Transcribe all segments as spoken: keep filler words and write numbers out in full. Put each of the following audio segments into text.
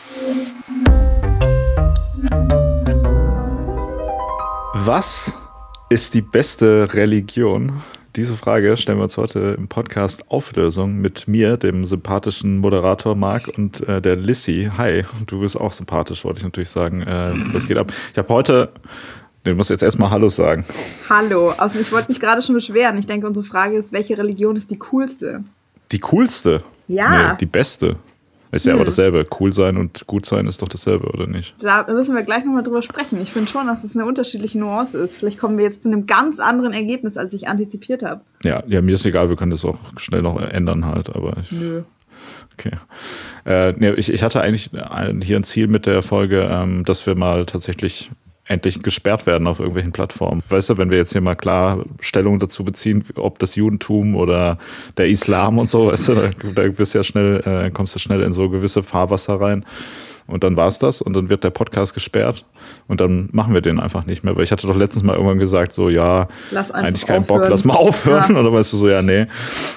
Was ist die beste Religion? Diese Frage stellen wir uns heute im Podcast Auflösung mit mir, dem sympathischen Moderator Marc und äh, der Lissy. Hi, du bist auch sympathisch, wollte ich natürlich sagen. Äh, das geht ab. Ich habe heute, du musst jetzt erstmal Hallo sagen. Hallo, also ich wollte mich gerade schon beschweren. Ich denke, unsere Frage ist, welche Religion ist die coolste? Die coolste? Ja. Nee, die beste. Ist ja hm. aber dasselbe. Cool sein und gut sein ist doch dasselbe, oder nicht? Da müssen wir gleich nochmal drüber sprechen. Ich finde schon, dass es eine unterschiedliche Nuance ist. Vielleicht kommen wir jetzt zu einem ganz anderen Ergebnis, als ich antizipiert habe. Ja, ja, mir ist egal, wir können das auch schnell noch ändern halt, aber ich, Nö. Okay. Äh, nee, ich, ich hatte eigentlich ein, hier ein Ziel mit der Folge, ähm, dass wir mal tatsächlich endlich gesperrt werden auf irgendwelchen Plattformen. Weißt du, wenn wir jetzt hier mal klar Stellung dazu beziehen, ob das Judentum oder der Islam und so, weißt du, da, da bist ja schnell, äh, kommst du schnell in so gewisse Fahrwasser rein. Und dann war's das und dann wird der Podcast gesperrt und dann machen wir den einfach nicht mehr. Weil ich hatte doch letztens mal irgendwann gesagt, so ja, eigentlich keinen Bock, lass mal aufhören. Ja. Oder weißt du so, ja, nee.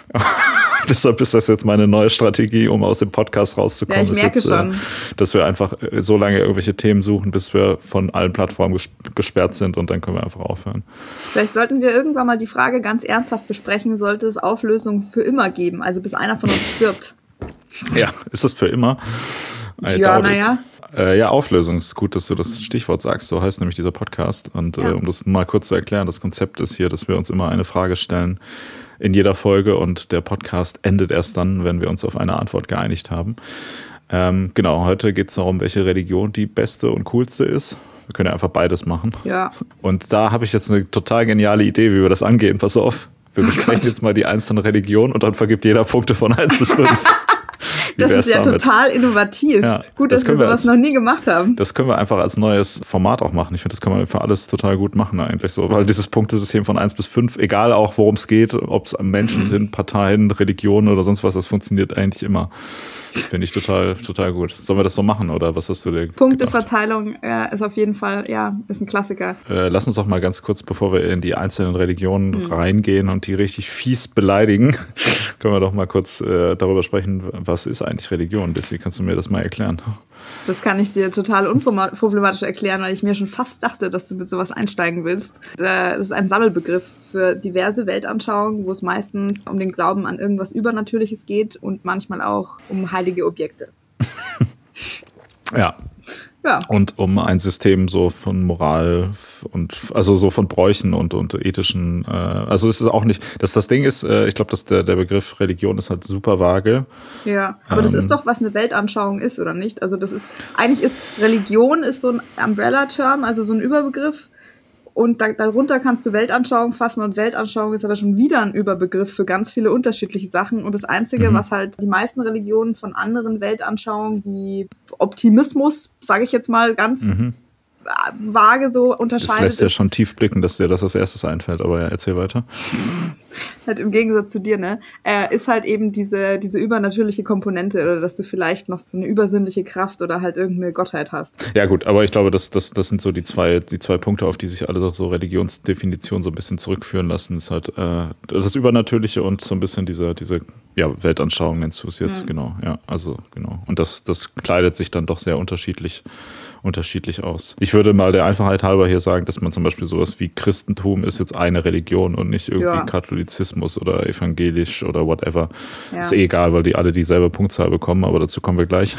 Deshalb ist das jetzt meine neue Strategie, um aus dem Podcast rauszukommen. Ja, ich merke jetzt, schon. Dass wir einfach so lange irgendwelche Themen suchen, bis wir von allen Plattformen gesperrt sind und dann können wir einfach aufhören. Vielleicht sollten wir irgendwann mal die Frage ganz ernsthaft besprechen, sollte es Auflösung für immer geben, also bis einer von uns stirbt. Ja, ist das für immer? I ja, naja. Äh, ja, Auflösung ist gut, dass du das Stichwort sagst. So heißt nämlich dieser Podcast. Und ja. äh, um das mal kurz zu erklären, das Konzept ist hier, dass wir uns immer eine Frage stellen in jeder Folge und der Podcast endet erst dann, wenn wir uns auf eine Antwort geeinigt haben. Ähm, genau, heute geht es darum, welche Religion die beste und coolste ist. Wir können ja einfach beides machen. Ja. Und da habe ich jetzt eine total geniale Idee, wie wir das angehen. Pass auf, wir besprechen oh jetzt mal die einzelnen Religionen und dann vergibt jeder Punkte von eins bis fünf. Das ist ja damit? Total innovativ. Ja, gut, dass das wir sowas wir als, noch nie gemacht haben. Das können wir einfach als neues Format auch machen. Ich finde, das kann man für alles total gut machen eigentlich so, weil dieses Punktesystem von eins bis fünf, egal auch worum es geht, ob es Menschen sind, Parteien, Religionen oder sonst was, das funktioniert eigentlich immer. Finde ich total, total gut. Sollen wir das so machen oder was hast du dir Punkteverteilung ja, ist auf jeden Fall, ja, ist ein Klassiker. Äh, lass uns doch mal ganz kurz, bevor wir in die einzelnen Religionen mhm. reingehen und die richtig fies beleidigen, können wir doch mal kurz äh, darüber sprechen, was ist eigentlich Religion? Lissy, kannst du mir das mal erklären? Das kann ich dir total unproblematisch erklären, weil ich mir schon fast dachte, dass du mit sowas einsteigen willst. Das ist ein Sammelbegriff für diverse Weltanschauungen, wo es meistens um den Glauben an irgendwas Übernatürliches geht und manchmal auch um heilige Objekte. Ja. Ja. Und um ein System so von Moral und also so von Bräuchen und, und ethischen, äh, also es ist auch nicht, dass das Ding ist, äh, ich glaube, dass der, der Begriff Religion ist halt super vage. Ja, aber ähm, das ist doch, was eine Weltanschauung ist, oder nicht? Also das ist, eigentlich ist, Religion ist so ein Umbrella-Term, also so ein Überbegriff. Und da, darunter kannst du Weltanschauung fassen und Weltanschauung ist aber schon wieder ein Überbegriff für ganz viele unterschiedliche Sachen. Und das Einzige, mhm. was halt die meisten Religionen von anderen Weltanschauungen wie Optimismus, sage ich jetzt mal ganz mhm. vage so unterscheidet. Das lässt ja schon tief blicken, dass dir das als erstes einfällt, aber ja, erzähl weiter. Halt im Gegensatz zu dir, ne, äh, ist halt eben diese, diese übernatürliche Komponente oder dass du vielleicht noch so eine übersinnliche Kraft oder halt irgendeine Gottheit hast. Ja gut, aber ich glaube, das, das, das sind so die zwei, die zwei Punkte, auf die sich alle so Religionsdefinitionen so ein bisschen zurückführen lassen. Ist halt äh, das Übernatürliche und so ein bisschen diese, diese ja, Weltanschauung nennst du es jetzt, mhm. genau. Ja, also genau. Und das, das kleidet sich dann doch sehr unterschiedlich unterschiedlich aus. Ich würde mal der Einfachheit halber hier sagen, dass man zum Beispiel sowas wie Christentum ist jetzt eine Religion und nicht irgendwie ja. Katholizismus oder evangelisch oder whatever. Ja. Ist eh egal, weil die alle dieselbe Punktzahl bekommen, aber dazu kommen wir gleich.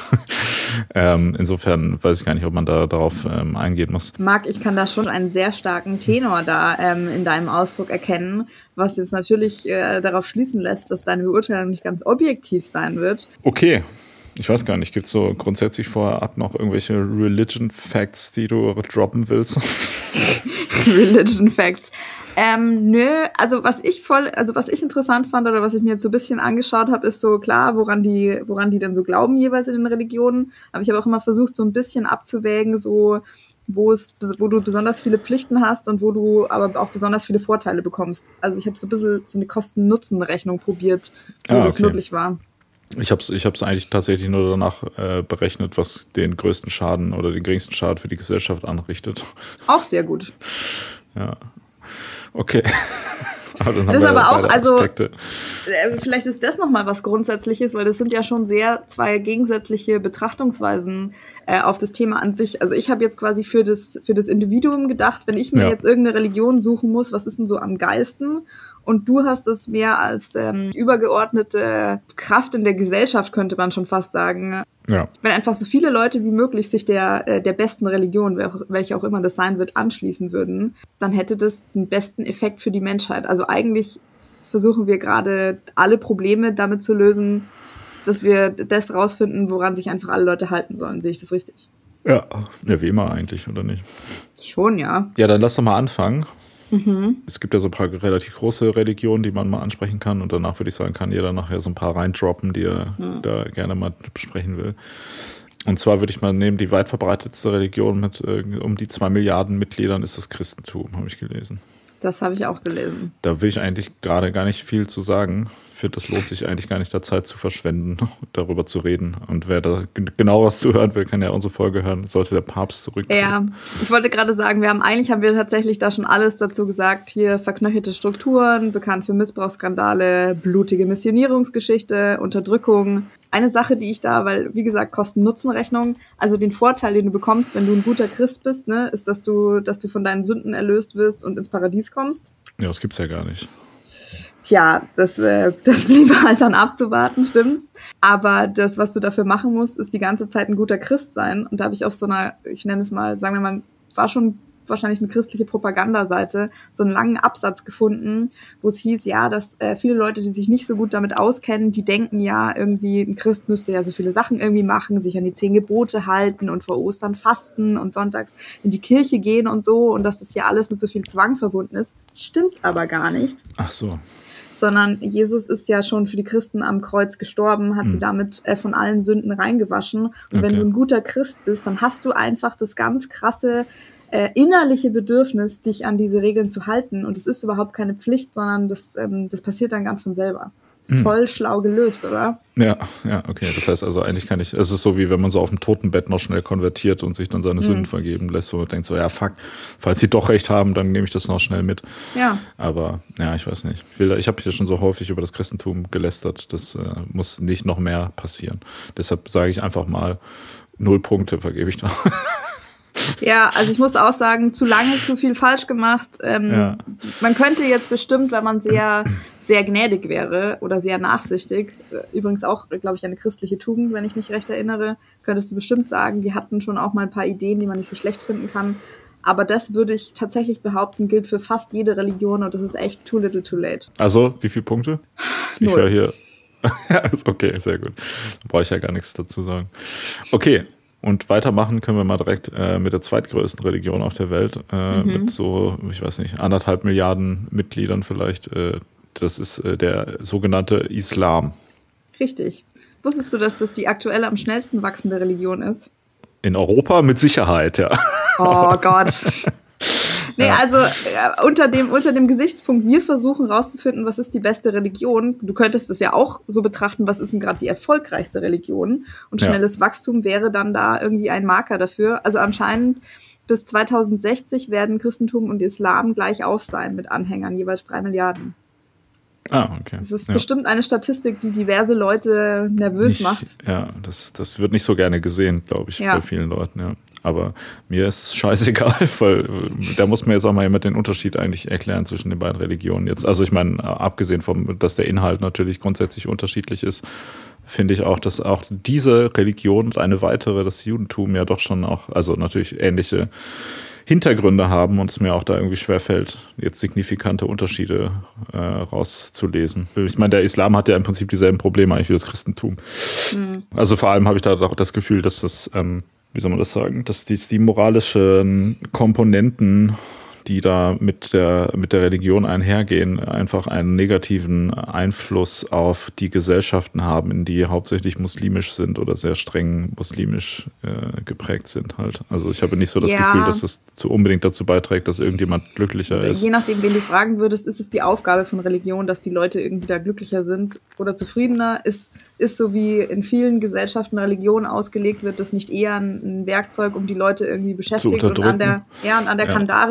ähm, insofern weiß ich gar nicht, ob man da darauf ähm, eingehen muss. Marc, ich kann da schon einen sehr starken Tenor da ähm, in deinem Ausdruck erkennen, was jetzt natürlich äh, darauf schließen lässt, dass deine Beurteilung nicht ganz objektiv sein wird. Okay. Ich weiß gar nicht, gibt es so grundsätzlich vorab noch irgendwelche Religion Facts, die du droppen willst? Religion Facts. Ähm, nö, also was ich voll, also was ich interessant fand oder was ich mir jetzt so ein bisschen angeschaut habe, ist so klar, woran die, woran die denn so glauben jeweils in den Religionen. Aber ich habe auch immer versucht, so ein bisschen abzuwägen, so wo es, wo du besonders viele Pflichten hast und wo du aber auch besonders viele Vorteile bekommst. Also ich habe so ein bisschen so eine Kosten-Nutzen-Rechnung probiert, wo ah, das okay. möglich war. Ich habe es ich hab's eigentlich tatsächlich nur danach äh, berechnet, was den größten Schaden oder den geringsten Schaden für die Gesellschaft anrichtet. Auch sehr gut. Ja, okay. Aber dann haben das ist wir aber auch, also, Aspekte. Vielleicht ist das nochmal was Grundsätzliches, weil das sind ja schon sehr zwei gegensätzliche Betrachtungsweisen äh, auf das Thema an sich. Also ich habe jetzt quasi für das, für das Individuum gedacht, wenn ich mir ja. jetzt irgendeine Religion suchen muss, was ist denn so am geilsten? Und du hast es mehr als ähm, übergeordnete Kraft in der Gesellschaft, könnte man schon fast sagen. Ja. Wenn einfach so viele Leute wie möglich sich der, äh, der besten Religion, welche auch immer das sein wird, anschließen würden, dann hätte das den besten Effekt für die Menschheit. Also eigentlich versuchen wir gerade alle Probleme damit zu lösen, dass wir das rausfinden, woran sich einfach alle Leute halten sollen. Sehe ich das richtig? Ja, ja wie immer eigentlich, oder nicht? Schon, ja. Ja, dann lass doch mal anfangen. Mhm. Es gibt ja so ein paar relativ große Religionen, die man mal ansprechen kann. Und danach würde ich sagen, kann jeder nachher so ein paar reindroppen, die er mhm. da gerne mal besprechen will. Und zwar würde ich mal nehmen, die weit verbreitetste Religion mit äh, um die zwei Milliarden Mitgliedern ist das Christentum, habe ich gelesen. Das habe ich auch gelesen. Da will ich eigentlich gerade gar nicht viel zu sagen. Ich finde, das lohnt sich eigentlich gar nicht, da Zeit zu verschwenden, darüber zu reden. Und wer da genau was zuhören will, kann ja unsere Folge hören. Sollte der Papst zurücktreten. Ja, ich wollte gerade sagen, wir haben eigentlich haben wir tatsächlich da schon alles dazu gesagt. Hier verknöchelte Strukturen, bekannt für Missbrauchsskandale, blutige Missionierungsgeschichte, Unterdrückung. Eine Sache, die ich da, weil, wie gesagt, Kosten-Nutzen-Rechnung, also den Vorteil, den du bekommst, wenn du ein guter Christ bist, ne, ist, dass du, dass du von deinen Sünden erlöst wirst und ins Paradies kommst. Ja, das gibt's ja gar nicht. Tja, das, äh, das bliebe halt dann abzuwarten, stimmt's. Aber das, was du dafür machen musst, ist die ganze Zeit ein guter Christ sein. Und da habe ich auf so einer, ich nenne es mal, sagen wir mal, war schon wahrscheinlich eine christliche Propagandaseite, so einen langen Absatz gefunden, wo es hieß, ja, dass äh, viele Leute, die sich nicht so gut damit auskennen, die denken ja irgendwie, ein Christ müsste ja so viele Sachen irgendwie machen, sich an die zehn Gebote halten und vor Ostern fasten und sonntags in die Kirche gehen und so und dass das ja alles mit so viel Zwang verbunden ist. Stimmt aber gar nicht. Ach so. Sondern Jesus ist ja schon für die Christen am Kreuz gestorben, hat hm. sie damit äh, von allen Sünden reingewaschen. Und okay. wenn du ein guter Christ bist, dann hast du einfach das ganz krasse äh, innerliche Bedürfnis, dich an diese Regeln zu halten. Und es ist überhaupt keine Pflicht, sondern das, ähm, das passiert dann ganz von selber. Voll hm. schlau gelöst, oder? Ja, ja, okay. Das heißt also, eigentlich kann ich, es ist so, wie wenn man so auf dem Totenbett noch schnell konvertiert und sich dann seine hm. Sünden vergeben lässt, wo man denkt so, ja, fuck, falls sie doch recht haben, dann nehme ich das noch schnell mit. Ja. Aber, ja, ich weiß nicht. Ich, will, ich habe hier schon so häufig über das Christentum gelästert, das äh, muss nicht noch mehr passieren. Deshalb sage ich einfach mal, null Punkte vergebe ich da. Ja, also ich muss auch sagen, zu lange zu viel falsch gemacht. Ähm, ja. Man könnte jetzt bestimmt, wenn man sehr, sehr gnädig wäre oder sehr nachsichtig, übrigens auch, glaube ich, eine christliche Tugend, wenn ich mich recht erinnere, könntest du bestimmt sagen, die hatten schon auch mal ein paar Ideen, die man nicht so schlecht finden kann. Aber das würde ich tatsächlich behaupten, gilt für fast jede Religion und das ist echt too little too late. Also, wie viele Punkte? Null. Ich höre hier. Ja, ist okay, sehr gut. Da brauche ich ja gar nichts dazu sagen. Okay. Und weitermachen können wir mal direkt äh, mit der zweitgrößten Religion auf der Welt, äh, mhm. mit so, ich weiß nicht, anderthalb Milliarden Mitgliedern vielleicht. Äh, das ist äh, der sogenannte Islam. Richtig. Wusstest du, dass das die aktuell am schnellsten wachsende Religion ist? In Europa mit Sicherheit, ja. Oh Gott. Nee, ja. also äh, unter dem unter dem Gesichtspunkt, wir versuchen rauszufinden, was ist die beste Religion. Du könntest es ja auch so betrachten, was ist denn gerade die erfolgreichste Religion? Und schnelles ja. Wachstum wäre dann da irgendwie ein Marker dafür. Also anscheinend bis zweitausendsechzig werden Christentum und Islam gleich auf sein mit Anhängern, jeweils drei Milliarden. Ah, okay. Das ist ja. bestimmt eine Statistik, die diverse Leute nervös nicht, macht. Ja, das, das wird nicht so gerne gesehen, glaube ich, ja. bei vielen Leuten, ja. Aber mir ist es scheißegal, weil da muss man jetzt auch mal jemand den Unterschied eigentlich erklären zwischen den beiden Religionen jetzt. Also ich meine, abgesehen vom, dass der Inhalt natürlich grundsätzlich unterschiedlich ist, finde ich auch, dass auch diese Religion und eine weitere, das Judentum, ja doch schon auch, also natürlich ähnliche Hintergründe haben und es mir auch da irgendwie schwerfällt, jetzt signifikante Unterschiede äh, rauszulesen. Ich meine, der Islam hat ja im Prinzip dieselben Probleme eigentlich wie das Christentum. Mhm. Also vor allem habe ich da auch das Gefühl, dass das, ähm, wie soll man das sagen, dass die, die moralischen Komponenten, die da mit der, mit der Religion einhergehen, einfach einen negativen Einfluss auf die Gesellschaften haben, in die hauptsächlich muslimisch sind oder sehr streng muslimisch äh, geprägt sind halt. Also ich habe nicht so das ja. Gefühl, dass das zu unbedingt dazu beiträgt, dass irgendjemand glücklicher ist. Je nachdem, wen du fragen würdest, ist es die Aufgabe von Religion, dass die Leute irgendwie da glücklicher sind oder zufriedener. Ist, ist so wie in vielen Gesellschaften Religion ausgelegt wird, das nicht eher ein, ein Werkzeug, um die Leute irgendwie beschäftigt und an der, ja, und an der ja. Kandare zu halten,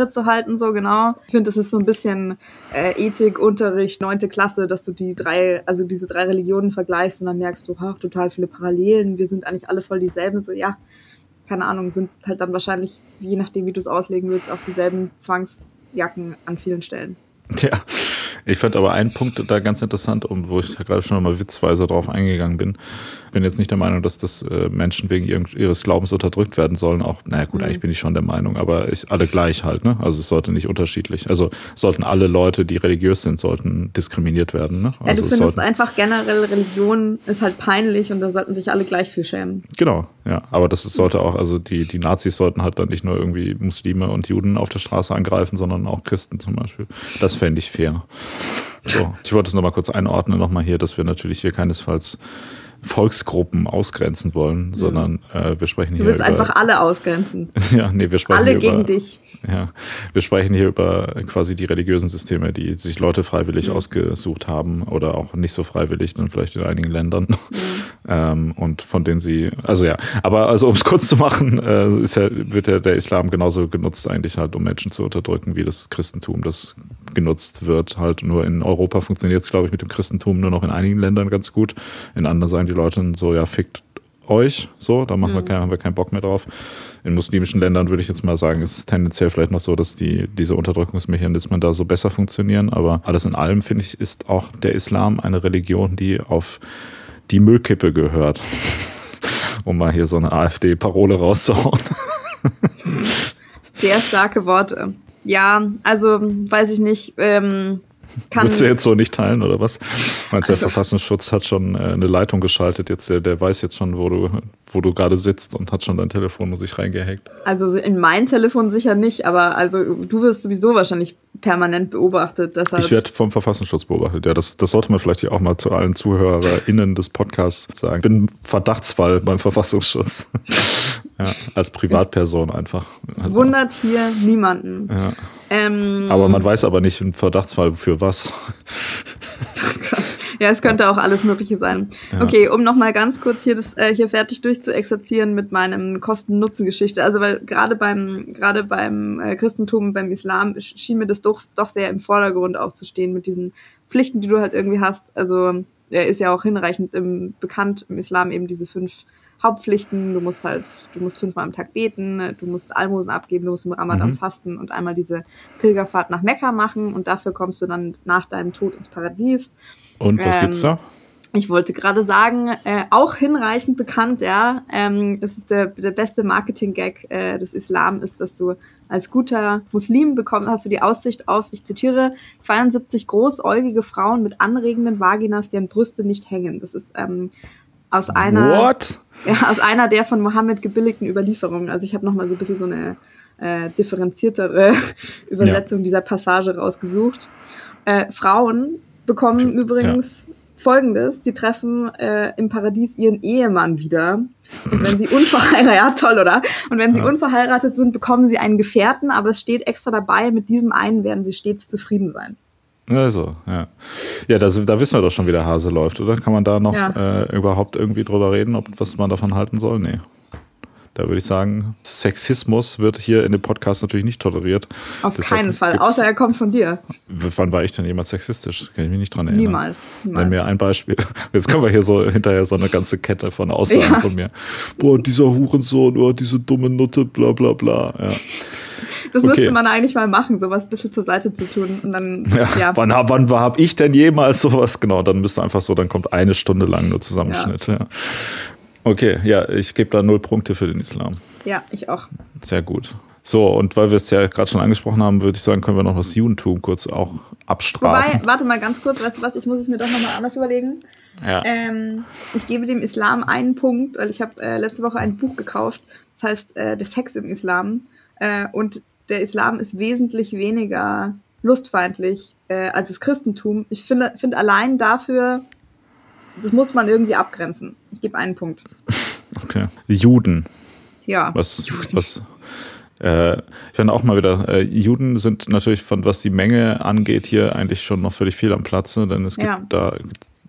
halten, so genau. Ich finde, das ist so ein bisschen äh, Ethikunterricht, neunte Klasse, dass du die drei, also diese drei Religionen vergleichst und dann merkst du, ach, total viele Parallelen, wir sind eigentlich alle voll dieselben, so ja, keine Ahnung, sind halt dann wahrscheinlich, je nachdem, wie du es auslegen willst, auch dieselben Zwangsjacken an vielen Stellen. Ja, ich fand aber einen Punkt da ganz interessant, um, wo ich da gerade schon mal witzweise drauf eingegangen bin. Ich bin jetzt nicht der Meinung, dass das äh, Menschen wegen ihres Glaubens unterdrückt werden sollen. Auch, naja gut, mhm. eigentlich bin ich schon der Meinung, aber ich, alle gleich halt, ne? Also es sollte nicht unterschiedlich. Also sollten alle Leute, die religiös sind, sollten diskriminiert werden, ne? Also ja, du findest sollten, einfach generell, Religion ist halt peinlich und da sollten sich alle gleich viel schämen. Genau, ja. Aber das ist, sollte auch, also die, die Nazis sollten halt dann nicht nur irgendwie Muslime und Juden auf der Straße angreifen, sondern auch Christen zum Beispiel. Das fände ich fair. So, ich wollte es nochmal kurz einordnen, nochmal hier, dass wir natürlich hier keinesfalls Volksgruppen ausgrenzen wollen, mhm. sondern äh, wir sprechen hier über... Du willst einfach alle ausgrenzen. Ja, nee, wir sprechen alle hier gegen über, dich. Ja, wir sprechen hier über quasi die religiösen Systeme, die sich Leute freiwillig mhm. ausgesucht haben oder auch nicht so freiwillig, dann vielleicht in einigen Ländern. Mhm. Ähm, und von denen sie, also ja, aber also um es kurz zu machen, äh, ist ja, wird ja der Islam genauso genutzt eigentlich halt, um Menschen zu unterdrücken, wie das Christentum das genutzt wird. Halt nur in Europa funktioniert es, glaube ich, mit dem Christentum nur noch in einigen Ländern ganz gut. In anderen sagen die Leute so, ja, fickt euch, so, da machen wir kein, haben wir keinen Bock mehr drauf. In muslimischen Ländern würde ich jetzt mal sagen, ist es tendenziell vielleicht noch so, dass die diese Unterdrückungsmechanismen da so besser funktionieren, aber alles in allem, finde ich, ist auch der Islam eine Religion, die auf die Müllkippe gehört. Um mal hier so eine AfD-Parole rauszuhauen. Sehr starke Worte. Ja, also weiß ich nicht, ähm, kann... Würdest du jetzt so nicht teilen, oder was? Meinst du, der also, Verfassungsschutz hat schon äh, eine Leitung geschaltet, jetzt der, der weiß jetzt schon, wo du, wo du gerade sitzt und hat schon dein Telefon muss sich reingehackt? Also in mein Telefon sicher nicht, aber also du wirst sowieso wahrscheinlich permanent beobachtet. Deshalb. Ich werde vom Verfassungsschutz beobachtet, ja, das, das sollte man vielleicht hier auch mal zu allen ZuhörerInnen des Podcasts sagen. Ich bin Verdachtsfall beim Verfassungsschutz. Ja, als Privatperson einfach. Es also wundert hier niemanden. Ja. Ähm, aber man weiß aber nicht, ein Verdachtsfall für was. Ja, es könnte auch alles Mögliche sein. Ja. Okay, um nochmal ganz kurz hier das äh, hier fertig durchzuexerzieren mit meinem Kosten-Nutzen-Geschichte. Also weil gerade beim gerade beim äh, Christentum, beim Islam schien mir das doch, doch sehr im Vordergrund auch zu stehen mit diesen Pflichten, die du halt irgendwie hast. Also er ist ja auch hinreichend im, bekannt im Islam eben diese fünf Hauptpflichten. Du musst halt, du musst fünfmal am Tag beten, du musst Almosen abgeben, du musst im Ramadan mhm. fasten und einmal diese Pilgerfahrt nach Mekka machen und dafür kommst du dann nach deinem Tod ins Paradies. Und was ähm, gibt's da? Ich wollte gerade sagen, äh, auch hinreichend bekannt, ja. Ähm, es ist der, der beste Marketing-Gag äh, des Islam, ist, dass du als guter Muslim bekommst, hast du die Aussicht auf, ich zitiere, zweiundsiebzig großäugige Frauen mit anregenden Vaginas, deren Brüste nicht hängen. Das ist ähm, aus einer What? Ja, aus einer der von Mohammed gebilligten Überlieferungen. Also ich habe nochmal so ein bisschen so eine äh, differenziertere Übersetzung ja. dieser Passage rausgesucht. Äh, Frauen bekommen übrigens ja. Folgendes: Sie treffen äh, im Paradies ihren Ehemann wieder. Und wenn sie unverheiratet, ja toll, oder? Und wenn sie ja. unverheiratet sind, bekommen sie einen Gefährten, aber es steht extra dabei, mit diesem einen werden sie stets zufrieden sein. Also, ja. Ja, da, da wissen wir doch schon, wie der Hase läuft, oder? Kann man da noch ja. äh, überhaupt irgendwie drüber reden, ob was man davon halten soll? Nee. Da würde ich sagen, Sexismus wird hier in dem Podcast natürlich nicht toleriert. Auf Deshalb keinen Fall, außer er kommt von dir. Wann war ich denn jemals sexistisch? Kann ich mich nicht dran erinnern. Niemals. Niemals. Nenn mir ein Beispiel. Jetzt können wir hier so hinterher so eine ganze Kette von Aussagen ja. von mir. Boah, dieser Hurensohn, oh, diese dumme Nutte, bla bla bla. Ja. Das okay. müsste man eigentlich mal machen, sowas ein bisschen zur Seite zu tun. Und dann, ja, ja. Wann, wann habe ich denn jemals sowas? Genau, dann müsste einfach so, dann kommt eine Stunde lang nur Zusammenschnitt. Ja. Ja. Okay, ja, ich gebe da null Punkte für den Islam. Ja, ich auch. Sehr gut. So, und weil wir es ja gerade schon angesprochen haben, würde ich sagen, können wir noch das Judentum kurz auch abstrafen. Wobei, warte mal ganz kurz, weißt du was, ich muss es mir doch nochmal anders überlegen. Ja. Ähm, ich gebe dem Islam einen Punkt, weil ich habe äh, letzte Woche ein Buch gekauft, das heißt äh, Der Sex im Islam. Äh, und der Islam ist wesentlich weniger lustfeindlich äh, als das Christentum. Ich finde find allein dafür, das muss man irgendwie abgrenzen. Ich gebe einen Punkt. Okay. Juden. Ja. Was, was, äh, ich finde auch mal wieder, äh, Juden sind natürlich von, was die Menge angeht, hier eigentlich schon noch völlig viel am Platze, denn es gibt ja. da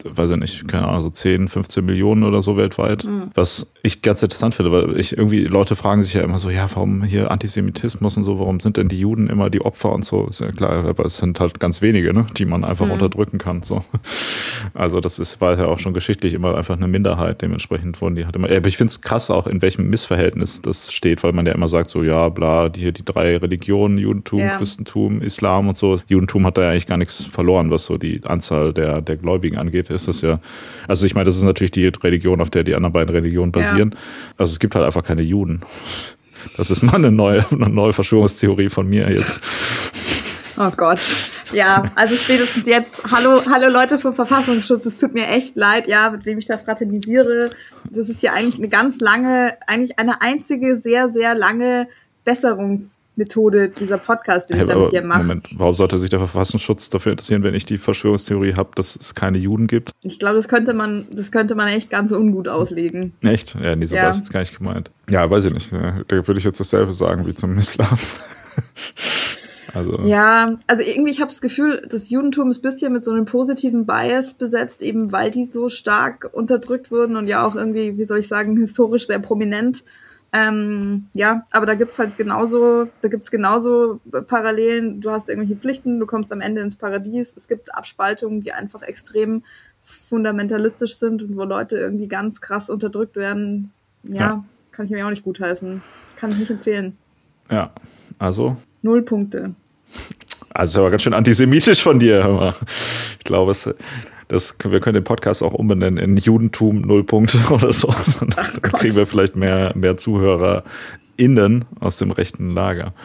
weiß ich nicht, keine Ahnung, so zehn, fünfzehn Millionen oder so weltweit. Mhm. Was ich ganz interessant finde, weil ich irgendwie, Leute fragen sich ja immer so, ja, warum hier Antisemitismus und so, warum sind denn die Juden immer die Opfer und so? Ist ja klar, aber es sind halt ganz wenige, ne, die man einfach mhm. unterdrücken kann. So. Also das ist, war ja auch schon geschichtlich immer einfach eine Minderheit, dementsprechend wurden die halt immer. Aber ich finde es krass auch, in welchem Missverhältnis das steht, weil man ja immer sagt, so ja, bla, die, die drei Religionen, Judentum, ja. Christentum, Islam und so. Judentum hat da ja eigentlich gar nichts verloren, was so die Anzahl der, der Gläubigen angeht. Ist das ja, also ich meine, das ist natürlich die Religion, auf der die anderen beiden Religionen basieren. Ja. Also es gibt halt einfach keine Juden. Das ist mal eine neue, eine neue Verschwörungstheorie von mir jetzt. Oh Gott. Ja, also spätestens jetzt, hallo, hallo Leute vom Verfassungsschutz, es tut mir echt leid, ja, mit wem ich da fraternisiere. Das ist hier eigentlich eine ganz lange, eigentlich eine einzige sehr, sehr lange Besserungsmethode, dieser Podcast, den hey, ich da mit dir mache. Moment, warum sollte sich der Verfassungsschutz dafür interessieren, wenn ich die Verschwörungstheorie habe, dass es keine Juden gibt? Ich glaube, das könnte man, das könnte man echt ganz ungut auslegen. Echt? Ja, nee, so ja. war es jetzt gar nicht gemeint. Ja, weiß ich nicht. Da würde ich jetzt dasselbe sagen wie zum Islam. Also. Ja, also irgendwie, ich habe das Gefühl, das Judentum ist ein bisschen mit so einem positiven Bias besetzt, eben weil die so stark unterdrückt wurden und ja auch irgendwie, wie soll ich sagen, historisch sehr prominent. Ähm, ja, aber da gibt's halt genauso, da gibt's genauso Parallelen. Du hast irgendwelche Pflichten, du kommst am Ende ins Paradies. Es gibt Abspaltungen, die einfach extrem fundamentalistisch sind und wo Leute irgendwie ganz krass unterdrückt werden. Ja, ja. Kann ich mir auch nicht gutheißen. Kann ich nicht empfehlen. Ja, also? Null Punkte. Also aber ganz schön antisemitisch von dir. Ich glaube, es, das, wir können den Podcast auch umbenennen in Judentum null Punkte oder so. Dann kriegen wir vielleicht mehr, mehr ZuhörerInnen aus dem rechten Lager.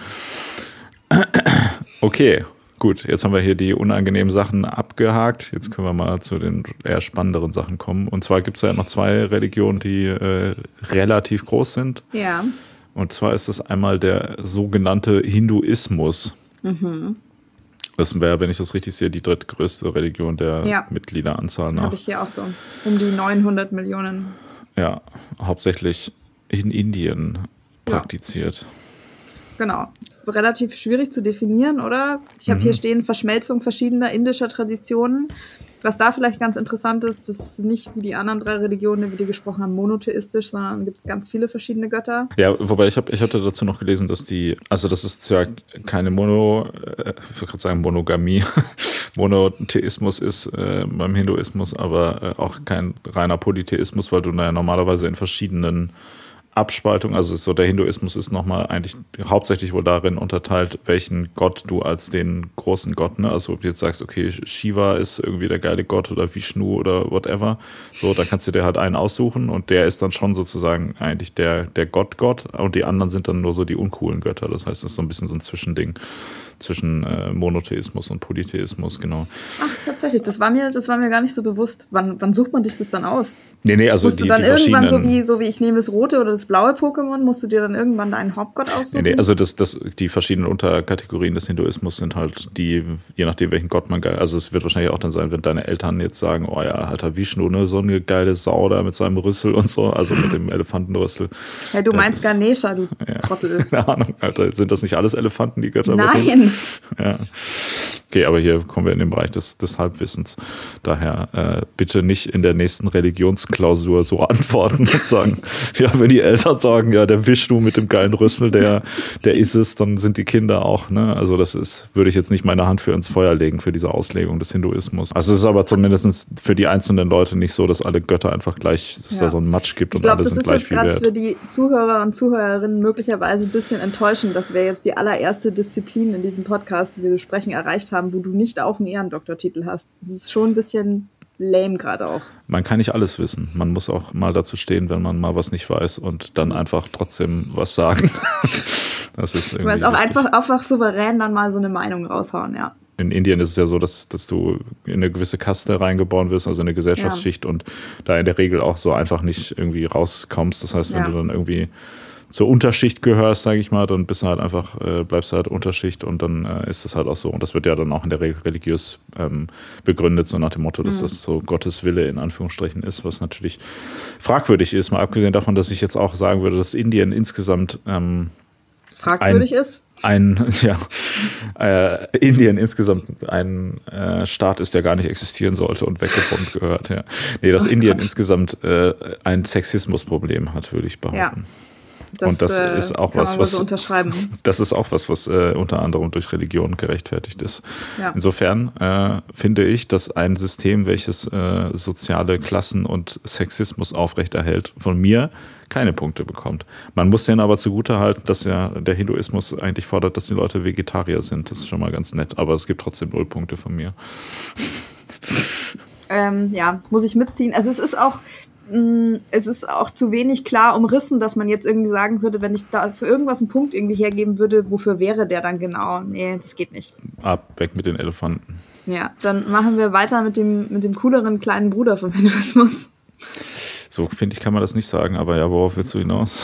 Okay, gut. Jetzt haben wir hier die unangenehmen Sachen abgehakt. Jetzt können wir mal zu den eher spannenderen Sachen kommen. Und zwar gibt es ja noch zwei Religionen, die äh, relativ groß sind. Ja. Und zwar ist das einmal der sogenannte Hinduismus. Mhm. Das wäre, wenn ich das richtig sehe, die drittgrößte Religion der ja. Mitgliederanzahl nach. Habe ich hier auch so. Um die neunhundert Millionen. Ja, hauptsächlich in Indien praktiziert. Ja. Genau. Relativ schwierig zu definieren, oder? Ich habe mhm. hier stehen Verschmelzung verschiedener indischer Traditionen. Was da vielleicht ganz interessant ist, das ist nicht wie die anderen drei Religionen, über die wir gesprochen haben, monotheistisch, sondern gibt es ganz viele verschiedene Götter. Ja, wobei ich habe ich hatte dazu noch gelesen, dass die, also das ist ja keine Mono, äh, ich würde gerade sagen Monogamie, Monotheismus ist äh, beim Hinduismus, aber äh, auch kein reiner Polytheismus, weil du naja normalerweise in verschiedenen Abspaltung, also so der Hinduismus ist nochmal eigentlich hauptsächlich wohl darin unterteilt, welchen Gott du als den großen Gott, ne, also ob du jetzt sagst, okay, Shiva ist irgendwie der geile Gott oder Vishnu oder whatever, so, da kannst du dir halt einen aussuchen und der ist dann schon sozusagen eigentlich der, der Gott-Gott und die anderen sind dann nur so die uncoolen Götter, das heißt, das ist so ein bisschen so ein Zwischending zwischen äh, Monotheismus und Polytheismus, genau. Ach, tatsächlich, das war mir, das war mir gar nicht so bewusst. Wann, wann sucht man dich das dann aus? Nee, nee, also musst die, du dann die irgendwann so wie, so wie ich nehme das rote oder das blaue Pokémon, musst du dir dann irgendwann deinen Hauptgott aussuchen? Nee, nee, also das, das, die verschiedenen Unterkategorien des Hinduismus sind halt die, je nachdem welchen Gott man geil, also es wird wahrscheinlich auch dann sein, wenn deine Eltern jetzt sagen, oh ja, alter Vishnu, ne, so eine geile Sau da mit seinem Rüssel und so, also mit dem Elefantenrüssel. Ja, du meinst das, Ganesha, du ja, Trottel. Keine Ahnung, Alter, sind das nicht alles Elefanten, die Götter? Nein! Ja. Okay, aber hier kommen wir in den Bereich des, des Halbwissens. Daher äh, bitte nicht in der nächsten Religionsklausur so antworten und sagen, ja, wenn die Eltern sagen, ja, der Vishnu mit dem geilen Rüssel, der, der ist es, dann sind die Kinder auch, ne? Also das ist, würde ich jetzt nicht meine Hand für ins Feuer legen für diese Auslegung des Hinduismus. Also es ist aber zumindest für die einzelnen Leute nicht so, dass alle Götter einfach gleich, dass es ja. da so einen Matsch gibt und glaub, alle sind gleich viel wert. Ich glaube, das ist jetzt gerade für die Zuhörer und Zuhörerinnen möglicherweise ein bisschen enttäuschend, dass wir jetzt die allererste Disziplin in diesem Podcast, die wir besprechen, erreicht haben, wo du nicht auch einen Ehrendoktortitel hast. Das ist schon ein bisschen lame gerade auch. Man kann nicht alles wissen. Man muss auch mal dazu stehen, wenn man mal was nicht weiß und dann einfach trotzdem was sagen. Das ist irgendwie. Du meinst auch einfach, einfach souverän dann mal so eine Meinung raushauen, ja. In Indien ist es ja so, dass, dass du in eine gewisse Kaste reingeboren wirst, also in eine Gesellschaftsschicht ja. und da in der Regel auch so einfach nicht irgendwie rauskommst. Das heißt, wenn ja. du dann irgendwie zur Unterschicht gehörst, sage ich mal, dann bist du halt einfach, äh, bleibst du halt Unterschicht und dann äh, ist das halt auch so. Und das wird ja dann auch in der Regel religiös ähm, begründet, so nach dem Motto, dass mhm. das so Gottes Wille in Anführungsstrichen ist, was natürlich fragwürdig ist, mal abgesehen davon, dass ich jetzt auch sagen würde, dass Indien insgesamt ähm, fragwürdig ein, ist. Ein, ja, äh, Indien insgesamt ein äh, Staat ist, der gar nicht existieren sollte und weggebombt gehört. Ja. Nee, dass oh Indien Gott. insgesamt äh, ein Sexismusproblem hat, würde ich behaupten. Ja. Das, und das äh, ist auch kann was, man was so unterschreiben. Das ist auch was, was äh, unter anderem durch Religion gerechtfertigt ist. Ja. Insofern äh, finde ich, dass ein System, welches äh, soziale Klassen und Sexismus aufrechterhält, von mir keine Punkte bekommt. Man muss denen aber zugutehalten, dass ja der Hinduismus eigentlich fordert, dass die Leute Vegetarier sind. Das ist schon mal ganz nett, aber es gibt trotzdem null Punkte von mir. Ähm, ja, muss ich mitziehen. Also es ist auch Es ist auch zu wenig klar umrissen, dass man jetzt irgendwie sagen würde, wenn ich da für irgendwas einen Punkt irgendwie hergeben würde, wofür wäre der dann genau? Nee, das geht nicht. Ab, weg mit den Elefanten. Ja, dann machen wir weiter mit dem, mit dem cooleren kleinen Bruder vom Hinduismus. So, finde ich, kann man das nicht sagen, aber ja, worauf willst du hinaus?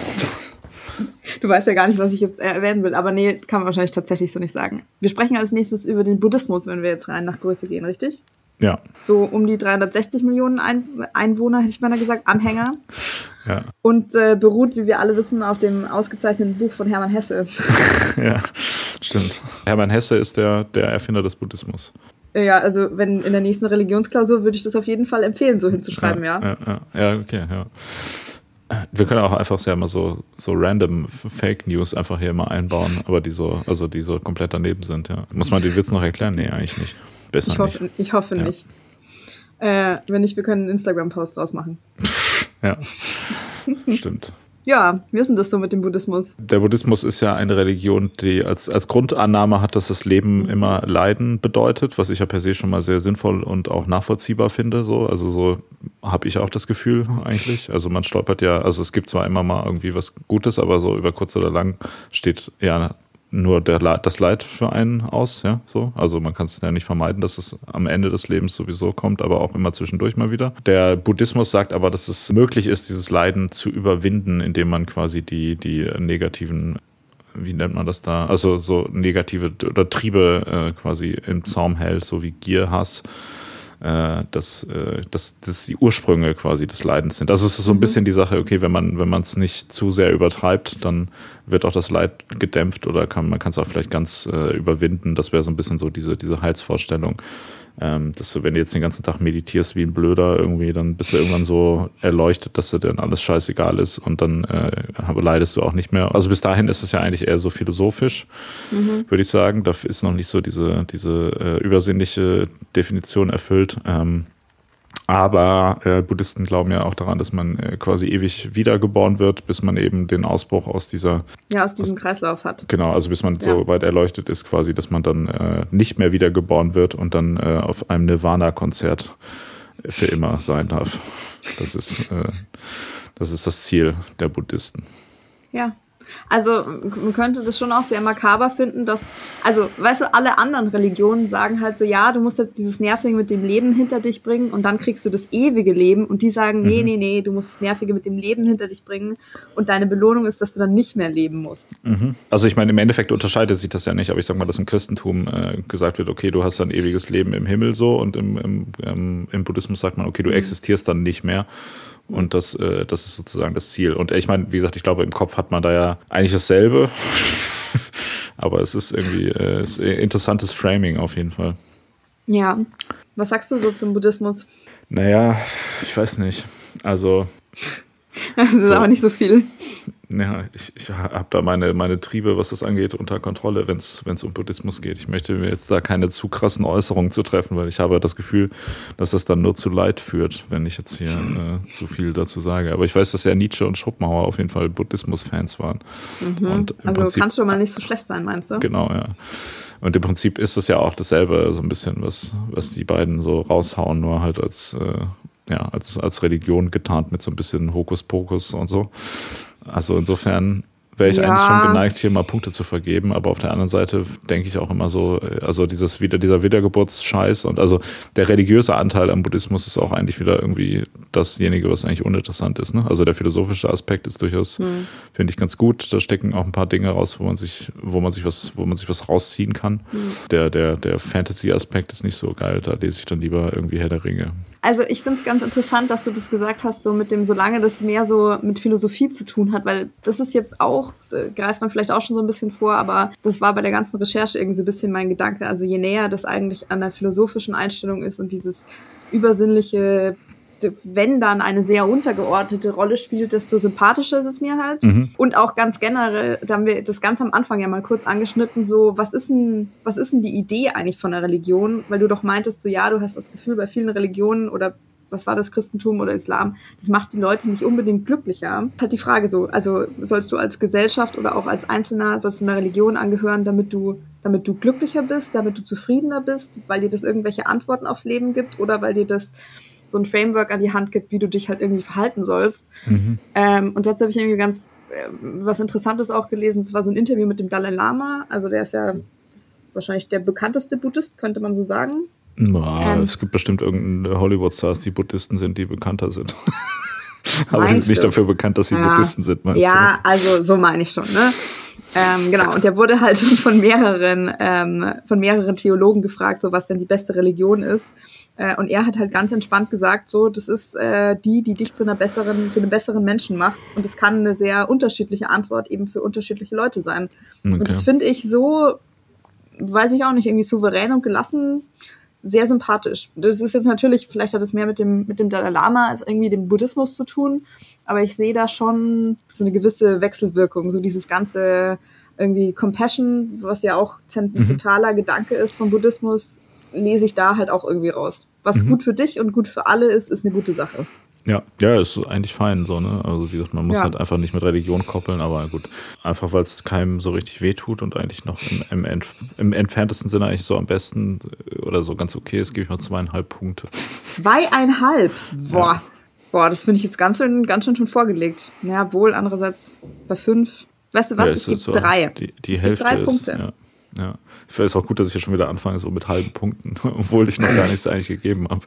Du weißt ja gar nicht, was ich jetzt erwähnen will, aber nee, kann man wahrscheinlich tatsächlich so nicht sagen. Wir sprechen als nächstes über den Buddhismus, wenn wir jetzt rein nach Größe gehen, richtig? Ja. So um die dreihundertsechzig Millionen Ein- Einwohner, hätte ich mal gesagt, Anhänger. Ja. Und äh, beruht, wie wir alle wissen, auf dem ausgezeichneten Buch von Hermann Hesse. Ja, stimmt. Hermann Hesse ist der, der Erfinder des Buddhismus. Ja, also wenn in der nächsten Religionsklausur würde ich das auf jeden Fall empfehlen, so hinzuschreiben, ja. Ja, ja, ja, ja okay, ja. Wir können auch einfach sehr mal so, so random Fake News einfach hier mal einbauen, aber die so, also die so komplett daneben sind, ja. Muss man den Witz noch erklären? Nee, eigentlich nicht. Besser ich hoffe, nicht. Ich hoffe ja. nicht. Äh, wenn nicht, wir können einen Instagram-Post draus machen. Ja, stimmt. Ja, wie ist denn das so mit dem Buddhismus? Der Buddhismus ist ja eine Religion, die als, als Grundannahme hat, dass das Leben immer Leiden bedeutet, was ich ja per se schon mal sehr sinnvoll und auch nachvollziehbar finde. So. Also so habe ich auch das Gefühl eigentlich. Also man stolpert ja, also es gibt zwar immer mal irgendwie was Gutes, aber so über kurz oder lang steht ja nur der, das Leid für einen aus, ja, so. Also man kann es ja nicht vermeiden, dass es am Ende des Lebens sowieso kommt, aber auch immer zwischendurch mal wieder. Der Buddhismus sagt aber, dass es möglich ist, dieses Leiden zu überwinden, indem man quasi die, die negativen, wie nennt man das da, also so negative oder Triebe äh, quasi im Zaum hält, so wie Gier, Hass. Dass, dass, dass die Ursprünge quasi des Leidens sind. Also es ist so ein bisschen die Sache, okay, wenn man wenn man es nicht zu sehr übertreibt, dann wird auch das Leid gedämpft oder kann man kann es auch vielleicht ganz äh, überwinden. Das wäre so ein bisschen so diese, diese Heilsvorstellung. Ähm, dass du, wenn du jetzt den ganzen Tag meditierst wie ein Blöder irgendwie, dann bist du irgendwann so erleuchtet, dass dir dann alles scheißegal ist und dann äh, leidest du auch nicht mehr. Also bis dahin ist es ja eigentlich eher so philosophisch, mhm. würde ich sagen. Da ist noch nicht so diese, diese äh, übersinnliche Definition erfüllt. Ähm, aber äh, Buddhisten glauben ja auch daran, dass man äh, quasi ewig wiedergeboren wird, bis man eben den Ausbruch aus dieser... Ja, aus diesem aus, Kreislauf hat. Genau, also bis man ja. so weit erleuchtet ist quasi, dass man dann äh, nicht mehr wiedergeboren wird und dann äh, auf einem Nirvana-Konzert für immer sein darf. Das ist, äh, das ist das Ziel der Buddhisten. Ja. Also man könnte das schon auch sehr makaber finden, dass, also weißt du, alle anderen Religionen sagen halt so, ja, du musst jetzt dieses Nervige mit dem Leben hinter dich bringen und dann kriegst du das ewige Leben und die sagen, nee, mhm. nee, nee, du musst das Nervige mit dem Leben hinter dich bringen und deine Belohnung ist, dass du dann nicht mehr leben musst. Mhm. Also ich meine, im Endeffekt unterscheidet sich das ja nicht, aber ich sag mal, dass im Christentum äh, gesagt wird, okay, du hast ein ewiges Leben im Himmel so und im, im, ähm, im Buddhismus sagt man, okay, du mhm. existierst dann nicht mehr. Und das, äh, das ist sozusagen das Ziel. Und ich meine, wie gesagt, ich glaube, im Kopf hat man da ja eigentlich dasselbe. Aber es ist irgendwie äh, ist ein interessantes Framing auf jeden Fall. Ja. Was sagst du so zum Buddhismus? Naja, ich weiß nicht. Also. Das ist so, aber nicht so viel. Ja, ich, ich habe da meine, meine Triebe, was das angeht, unter Kontrolle, wenn es um Buddhismus geht. Ich möchte mir jetzt da keine zu krassen Äußerungen zu treffen, weil ich habe das Gefühl, dass das dann nur zu Leid führt, wenn ich jetzt hier äh, zu viel dazu sage. Aber ich weiß, dass ja Nietzsche und Schopenhauer auf jeden Fall Buddhismus-Fans waren. Mhm. Und also Prinzip, kann schon mal nicht so schlecht sein, meinst du? Genau, ja. Und im Prinzip ist es ja auch dasselbe, so ein bisschen, was, was die beiden so raushauen, nur halt als, äh, ja, als, als Religion getarnt mit so ein bisschen Hokuspokus und so. Also insofern wäre ich ja. eigentlich schon geneigt, hier mal Punkte zu vergeben, aber auf der anderen Seite denke ich auch immer so, also dieses wieder dieser Wiedergeburtsscheiß und also der religiöse Anteil am Buddhismus ist auch eigentlich wieder irgendwie dasjenige, was eigentlich uninteressant ist. Ne? Also der philosophische Aspekt ist durchaus, hm. finde ich, ganz gut. Da stecken auch ein paar Dinge raus, wo man sich, wo man sich was, wo man sich was rausziehen kann. Hm. Der, der, der Fantasy-Aspekt ist nicht so geil, da lese ich dann lieber irgendwie Herr der Ringe. Also ich finde es ganz interessant, dass du das gesagt hast, so mit dem, solange das mehr so mit Philosophie zu tun hat, weil das ist jetzt auch, äh, greift man vielleicht auch schon so ein bisschen vor, aber das war bei der ganzen Recherche irgendwie so ein bisschen mein Gedanke. Also je näher das eigentlich an der philosophischen Einstellung ist und dieses übersinnliche, wenn dann eine sehr untergeordnete Rolle spielt, desto sympathischer ist es mir halt. Mhm. Und auch ganz generell, da haben wir das ganz am Anfang ja mal kurz angeschnitten, so, was ist denn, was ist denn die Idee eigentlich von einer Religion? Weil du doch meintest, so, ja, du hast das Gefühl, bei vielen Religionen oder was war das, Christentum oder Islam, das macht die Leute nicht unbedingt glücklicher. Halt die Frage so, also sollst du als Gesellschaft oder auch als Einzelner, sollst du einer Religion angehören, damit du, damit du glücklicher bist, damit du zufriedener bist, weil dir das irgendwelche Antworten aufs Leben gibt oder weil dir das so ein Framework an die Hand gibt, wie du dich halt irgendwie verhalten sollst. Mhm. Ähm, und dazu habe ich irgendwie ganz äh, was Interessantes auch gelesen. Es war so ein Interview mit dem Dalai Lama. Also der ist ja wahrscheinlich der bekannteste Buddhist, könnte man so sagen. Na, ähm, es gibt bestimmt irgendeine Hollywood-Stars, die Buddhisten sind, die bekannter sind. Aber die sind nicht du? dafür bekannt, dass sie ja. Buddhisten sind, meinst ja, du? Also so meine ich schon, ne? Ähm, genau, und der wurde halt von mehreren, ähm, von mehreren Theologen gefragt, so was denn die beste Religion ist. Äh, und er hat halt ganz entspannt gesagt, so, das ist äh, die, die dich zu einer besseren, zu einem besseren Menschen macht. Und es kann eine sehr unterschiedliche Antwort eben für unterschiedliche Leute sein. Okay. Und das finde ich so, weiß ich auch nicht, irgendwie souverän und gelassen, sehr sympathisch. Das ist jetzt natürlich, vielleicht hat es mehr mit dem, mit dem Dalai Lama als irgendwie dem Buddhismus zu tun, aber ich sehe da schon so eine gewisse Wechselwirkung, so dieses ganze irgendwie Compassion, was ja auch zentraler mhm. Gedanke ist vom Buddhismus, lese ich da halt auch irgendwie raus. Was mhm. gut für dich und gut für alle ist, ist eine gute Sache. Ja, ja, ist eigentlich fein so, ne? Also wie gesagt, man muss ja. halt einfach nicht mit Religion koppeln, aber gut. Einfach weil es keinem so richtig wehtut und eigentlich noch im, im, im entferntesten Sinne eigentlich so am besten oder so ganz okay ist, gebe ich mal zweieinhalb Punkte. Zweieinhalb? Boah. Ja. Boah, das finde ich jetzt ganz schön, ganz schön schon vorgelegt. Ja, wohl, andererseits bei fünf. Weißt du was? Ja, es gibt so drei. Die, die Hälfte drei ist, Punkte. Ja. Ja. Ich finde es auch gut, dass ich jetzt schon wieder anfange, so mit halben Punkten, obwohl ich noch gar nichts eigentlich gegeben habe.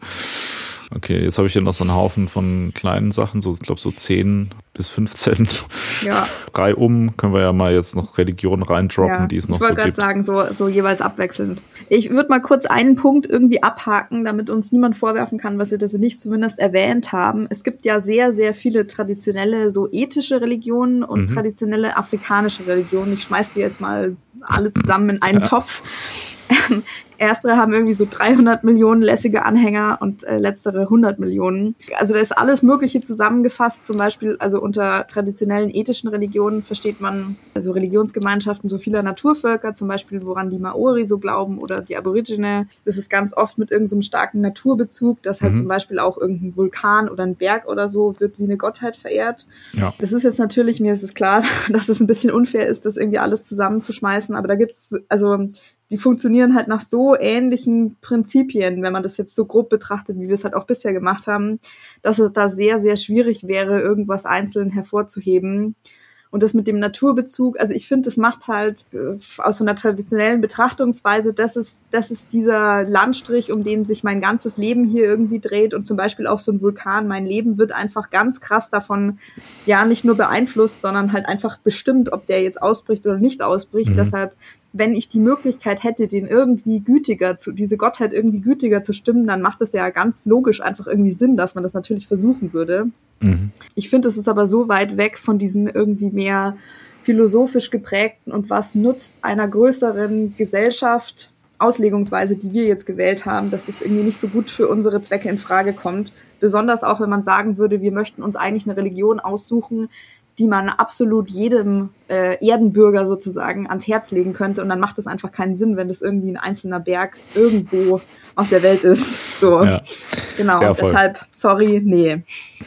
Okay, jetzt habe ich hier noch so einen Haufen von kleinen Sachen, so ich glaube so zehn bis fünfzehn. Ja. Drei um, können wir ja mal jetzt noch Religion reindroppen, ja, die es noch so gibt. Ich wollte gerade sagen, so, so jeweils abwechselnd. Ich würde mal kurz einen Punkt irgendwie abhaken, damit uns niemand vorwerfen kann, was wir das nicht zumindest erwähnt haben. Es gibt ja sehr, sehr viele traditionelle, so ethische Religionen und mhm. traditionelle afrikanische Religionen. Ich schmeiß die jetzt mal alle zusammen in einen ja. Topf. Ähm, Erstere haben irgendwie so dreihundert Millionen lässige Anhänger und äh, letztere hundert Millionen. Also da ist alles Mögliche zusammengefasst. Zum Beispiel, also unter traditionellen ethischen Religionen versteht man also Religionsgemeinschaften so vieler Naturvölker, zum Beispiel woran die Maori so glauben oder die Aborigine. Das ist ganz oft mit irgendeinem so starken Naturbezug, dass halt mhm. zum Beispiel auch irgendein Vulkan oder ein Berg oder so wird wie eine Gottheit verehrt. Ja. Das ist jetzt natürlich, mir ist es klar, dass das ein bisschen unfair ist, das irgendwie alles zusammenzuschmeißen, aber da gibt's, also die funktionieren halt nach so ähnlichen Prinzipien, wenn man das jetzt so grob betrachtet, wie wir es halt auch bisher gemacht haben, dass es da sehr, sehr schwierig wäre, irgendwas einzeln hervorzuheben. Und das mit dem Naturbezug, also ich finde, das macht halt äh, aus so einer traditionellen Betrachtungsweise, das ist, das ist dieser Landstrich, um den sich mein ganzes Leben hier irgendwie dreht und zum Beispiel auch so ein Vulkan. Mein Leben wird einfach ganz krass davon ja nicht nur beeinflusst, sondern halt einfach bestimmt, ob der jetzt ausbricht oder nicht ausbricht. Mhm. Deshalb, wenn ich die Möglichkeit hätte, den irgendwie gütiger zu, diese Gottheit irgendwie gütiger zu stimmen, dann macht es ja ganz logisch einfach irgendwie Sinn, dass man das natürlich versuchen würde. Mhm. Ich finde, es ist aber so weit weg von diesen irgendwie mehr philosophisch geprägten und was nutzt einer größeren Gesellschaft, Auslegungsweise, die wir jetzt gewählt haben, dass das irgendwie nicht so gut für unsere Zwecke in Frage kommt. Besonders auch, wenn man sagen würde, wir möchten uns eigentlich eine Religion aussuchen, die man absolut jedem äh, Erdenbürger sozusagen ans Herz legen könnte. Und dann macht es einfach keinen Sinn, wenn das irgendwie ein einzelner Berg irgendwo auf der Welt ist. So, ja. Genau, ja, deshalb, sorry, nee.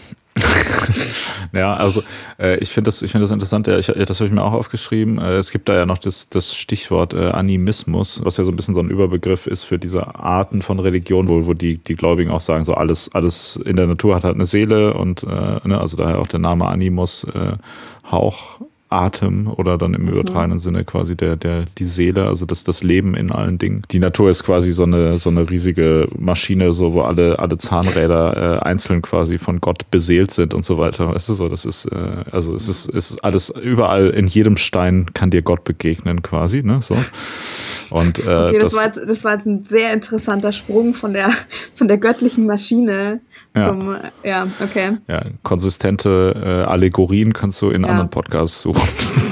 Ja, also äh, ich finde das, ich finde das interessant. Ja, ich, das habe ich mir auch aufgeschrieben. Äh, es gibt da ja noch das, das Stichwort äh, Animismus, was ja so ein bisschen so ein Überbegriff ist für diese Arten von Religion, wo, wo die, die Gläubigen auch sagen, so alles, alles in der Natur hat halt eine Seele und äh, ne, also daher auch der Name Animus, äh, Hauch, Atem oder dann im übertragenen mhm. Sinne quasi der, der, die Seele, also das, das Leben in allen Dingen. Die Natur ist quasi so eine, so eine riesige Maschine, so, wo alle, alle Zahnräder äh, einzeln quasi von Gott beseelt sind und so weiter. Weißt du, so, das ist, äh, also es ist, es ist alles überall, in jedem Stein kann dir Gott begegnen quasi, ne, so. Und, äh, okay, das, das, war jetzt, das war jetzt ein sehr interessanter Sprung von der, von der göttlichen Maschine ja. zum, ja, okay. Ja, konsistente äh, Allegorien kannst du in ja. anderen Podcasts suchen.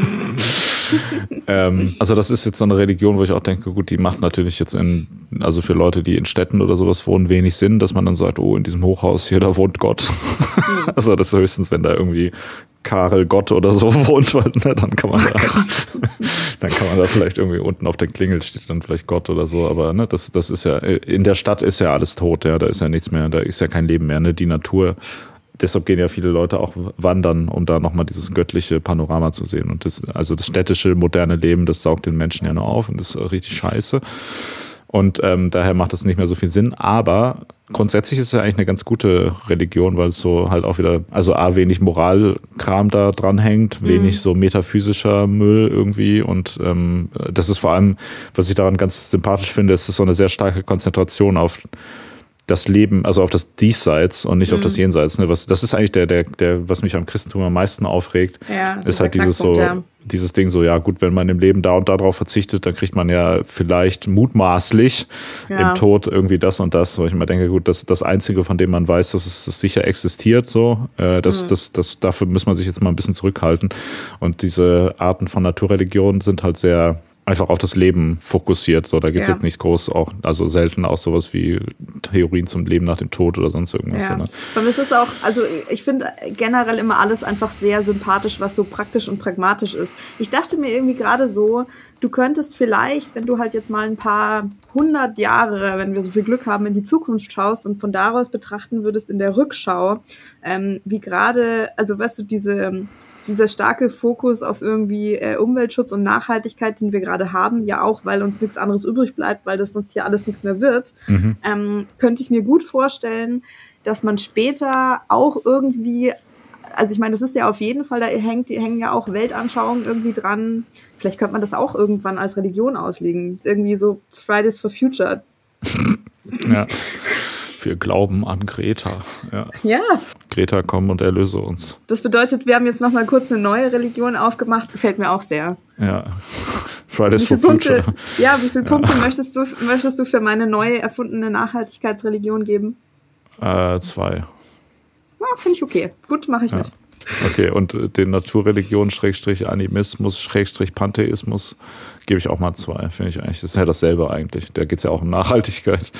ähm, also das ist jetzt so eine Religion, wo ich auch denke, gut, die macht natürlich jetzt in, also für Leute, die in Städten oder sowas wohnen, wenig Sinn, dass man dann sagt, oh, in diesem Hochhaus hier, da wohnt Gott. Mhm. Also das ist höchstens, wenn da irgendwie Karel Gott oder so wohnt, weil, ne, dann kann man oh da halt, dann kann man da vielleicht irgendwie unten auf der Klingel steht dann vielleicht Gott oder so, aber ne, das, das ist ja, in der Stadt ist ja alles tot, ja, da ist ja nichts mehr, da ist ja kein Leben mehr, ne, die Natur. Deshalb gehen ja viele Leute auch wandern, um da nochmal dieses göttliche Panorama zu sehen. Und das, also das städtische, moderne Leben, das saugt den Menschen ja nur auf und das ist richtig scheiße. Und ähm, daher macht das nicht mehr so viel Sinn. Aber grundsätzlich ist es ja eigentlich eine ganz gute Religion, weil es so halt auch wieder, also A, wenig Moralkram da dran hängt, wenig mhm. so metaphysischer Müll irgendwie. Und ähm, das ist vor allem, was ich daran ganz sympathisch finde, ist, ist so eine sehr starke Konzentration auf das Leben, also auf das Diesseits und nicht mhm. auf das Jenseits. Ne? Was, das ist eigentlich der, der, der, was mich am Christentum am meisten aufregt, ja, ist halt dieses so, ja. dieses Ding so, ja gut, wenn man im Leben da und da drauf verzichtet, dann kriegt man ja vielleicht mutmaßlich ja. im Tod irgendwie das und das. Wo ich immer denke, gut, das das Einzige, von dem man weiß, dass es das sicher existiert, so, äh, das, mhm. das, das, dafür muss man sich jetzt mal ein bisschen zurückhalten. Und diese Arten von Naturreligionen sind halt sehr einfach auf das Leben fokussiert. So, da gibt es ja. jetzt nichts groß, auch, also selten auch sowas wie Theorien zum Leben nach dem Tod oder sonst irgendwas. Ja. So, ne? Und es ist auch, also ich finde generell immer alles einfach sehr sympathisch, was so praktisch und pragmatisch ist. Ich dachte mir irgendwie gerade so, du könntest vielleicht, wenn du halt jetzt mal ein paar hundert Jahre, wenn wir so viel Glück haben, in die Zukunft schaust und von daraus betrachten würdest in der Rückschau, ähm, wie gerade, also weißt du, diese dieser starke Fokus auf irgendwie äh, Umweltschutz und Nachhaltigkeit, den wir gerade haben, ja auch, weil uns nichts anderes übrig bleibt, weil das sonst hier alles nichts mehr wird, mhm. ähm, könnte ich mir gut vorstellen, dass man später auch irgendwie, also ich meine, das ist ja auf jeden Fall, da hängt, hängen ja auch Weltanschauungen irgendwie dran, vielleicht könnte man das auch irgendwann als Religion auslegen, irgendwie so Fridays for Future. Ja. Wir glauben an Greta. Ja. ja. Greta, komm und erlöse uns. Das bedeutet, wir haben jetzt noch mal kurz eine neue Religion aufgemacht. Gefällt mir auch sehr. Ja. Fridays for Future. Punkte, ja, wie viele Punkte ja. möchtest du, möchtest du für meine neu erfundene Nachhaltigkeitsreligion geben? Äh, zwei. Ja, finde ich okay. Gut, mache ich ja. mit. Okay, und den Naturreligion, Schrägstrich Animismus, Schrägstrich Pantheismus gebe ich auch mal zwei. Finde ich eigentlich. Das ist ja dasselbe eigentlich. Da geht es ja auch um Nachhaltigkeit.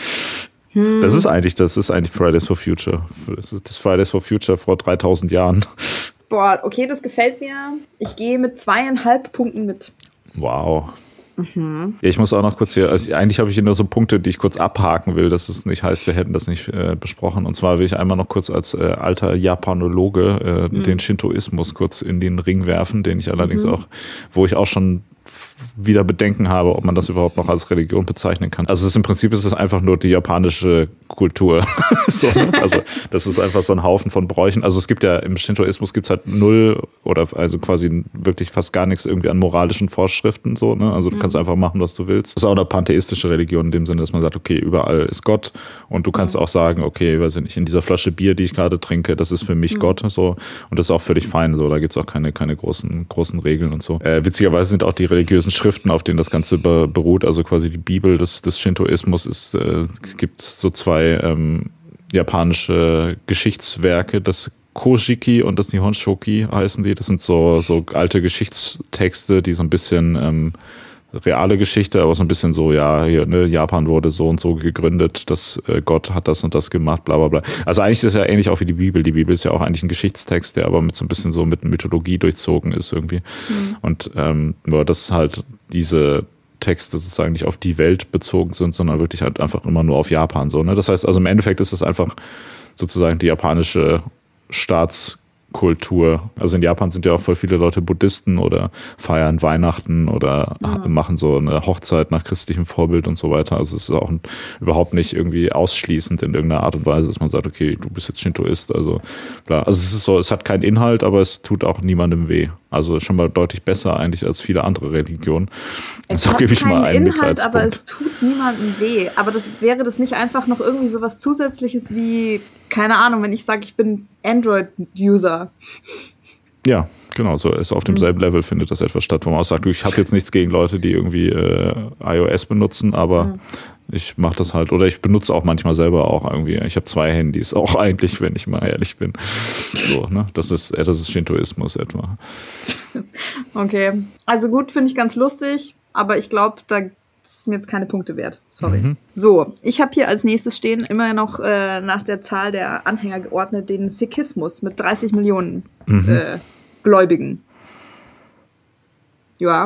Hm. Das ist eigentlich, das ist eigentlich Fridays for Future. Das ist das Fridays for Future vor dreitausend Jahren. Boah, okay, das gefällt mir. Ich gehe mit zweieinhalb Punkten mit. Wow. Mhm. Ja, ich muss auch noch kurz hier, also eigentlich habe ich hier nur so Punkte, die ich kurz abhaken will, dass es nicht heißt, wir hätten das nicht äh, besprochen. Und zwar will ich einmal noch kurz als äh, alter Japanologe äh, mhm. den Shintoismus kurz in den Ring werfen, den ich allerdings mhm. auch, wo ich auch schon wieder Bedenken habe, ob man das überhaupt noch als Religion bezeichnen kann. Also es ist, im Prinzip ist es einfach nur die japanische Kultur. so, ne? Also das ist einfach so ein Haufen von Bräuchen. Also es gibt ja im Shintoismus gibt es halt null oder also quasi wirklich fast gar nichts irgendwie an moralischen Vorschriften. So, ne? Also du mhm. kannst einfach machen, was du willst. Das ist auch eine pantheistische Religion in dem Sinne, dass man sagt, okay, überall ist Gott und du kannst mhm. auch sagen, okay, weiß ich nicht, in dieser Flasche Bier, die ich gerade trinke, das ist für mich mhm. Gott. So, und das ist auch völlig fein. So, da gibt es auch keine, keine großen, großen Regeln und so. Äh, witzigerweise sind auch die religiösen Schriften, auf denen das Ganze beruht, also quasi die Bibel des, des Shintoismus, ist, äh, gibt es so zwei ähm, japanische Geschichtswerke, das Kojiki und das Nihonshoki heißen die. Das sind so, so alte Geschichtstexte, die so ein bisschen ähm, reale Geschichte, aber so ein bisschen so, ja, hier, ne, Japan wurde so und so gegründet, dass äh, Gott hat das und das gemacht, bla bla bla. Also eigentlich ist es ja ähnlich auch wie die Bibel. Die Bibel ist ja auch eigentlich ein Geschichtstext, der aber mit so ein bisschen so mit Mythologie durchzogen ist irgendwie. Mhm. Und ähm, nur, dass halt diese Texte sozusagen nicht auf die Welt bezogen sind, sondern wirklich halt einfach immer nur auf Japan so. Ne? Das heißt, also im Endeffekt ist es einfach sozusagen die japanische Staatskultur. Also in Japan sind ja auch voll viele Leute Buddhisten oder feiern Weihnachten oder mhm. machen so eine Hochzeit nach christlichem Vorbild und so weiter. Also es ist auch ein, überhaupt nicht irgendwie ausschließend in irgendeiner Art und Weise, dass man sagt, okay, du bist jetzt Shintoist. Also, bla. Also es ist so, es hat keinen Inhalt, aber es tut auch niemandem weh. Also schon mal deutlich besser eigentlich als viele andere Religionen. Es so hat gebe ich keinen mal einen Inhalt, aber es tut niemandem weh. Aber das wäre das nicht einfach noch irgendwie so was Zusätzliches wie, keine Ahnung, wenn ich sage, ich bin Android-User. Ja, Genau, so ist auf demselben mhm. Level findet das etwas statt, wo man auch sagt, du, ich habe jetzt nichts gegen Leute, die irgendwie äh, iOS benutzen, aber mhm. ich mache das halt, oder ich benutze auch manchmal selber auch irgendwie, ich habe zwei Handys, auch eigentlich, wenn ich mal ehrlich bin. So, ne? Das ist, das ist Shintoismus etwa. Okay, also gut, finde ich ganz lustig, aber ich glaube, da ist mir jetzt keine Punkte wert. Sorry. Mhm. So, ich habe hier als nächstes stehen, immer noch äh, nach der Zahl der Anhänger geordnet, den Sikhismus mit dreißig Millionen mhm. äh, Gläubigen. Ja.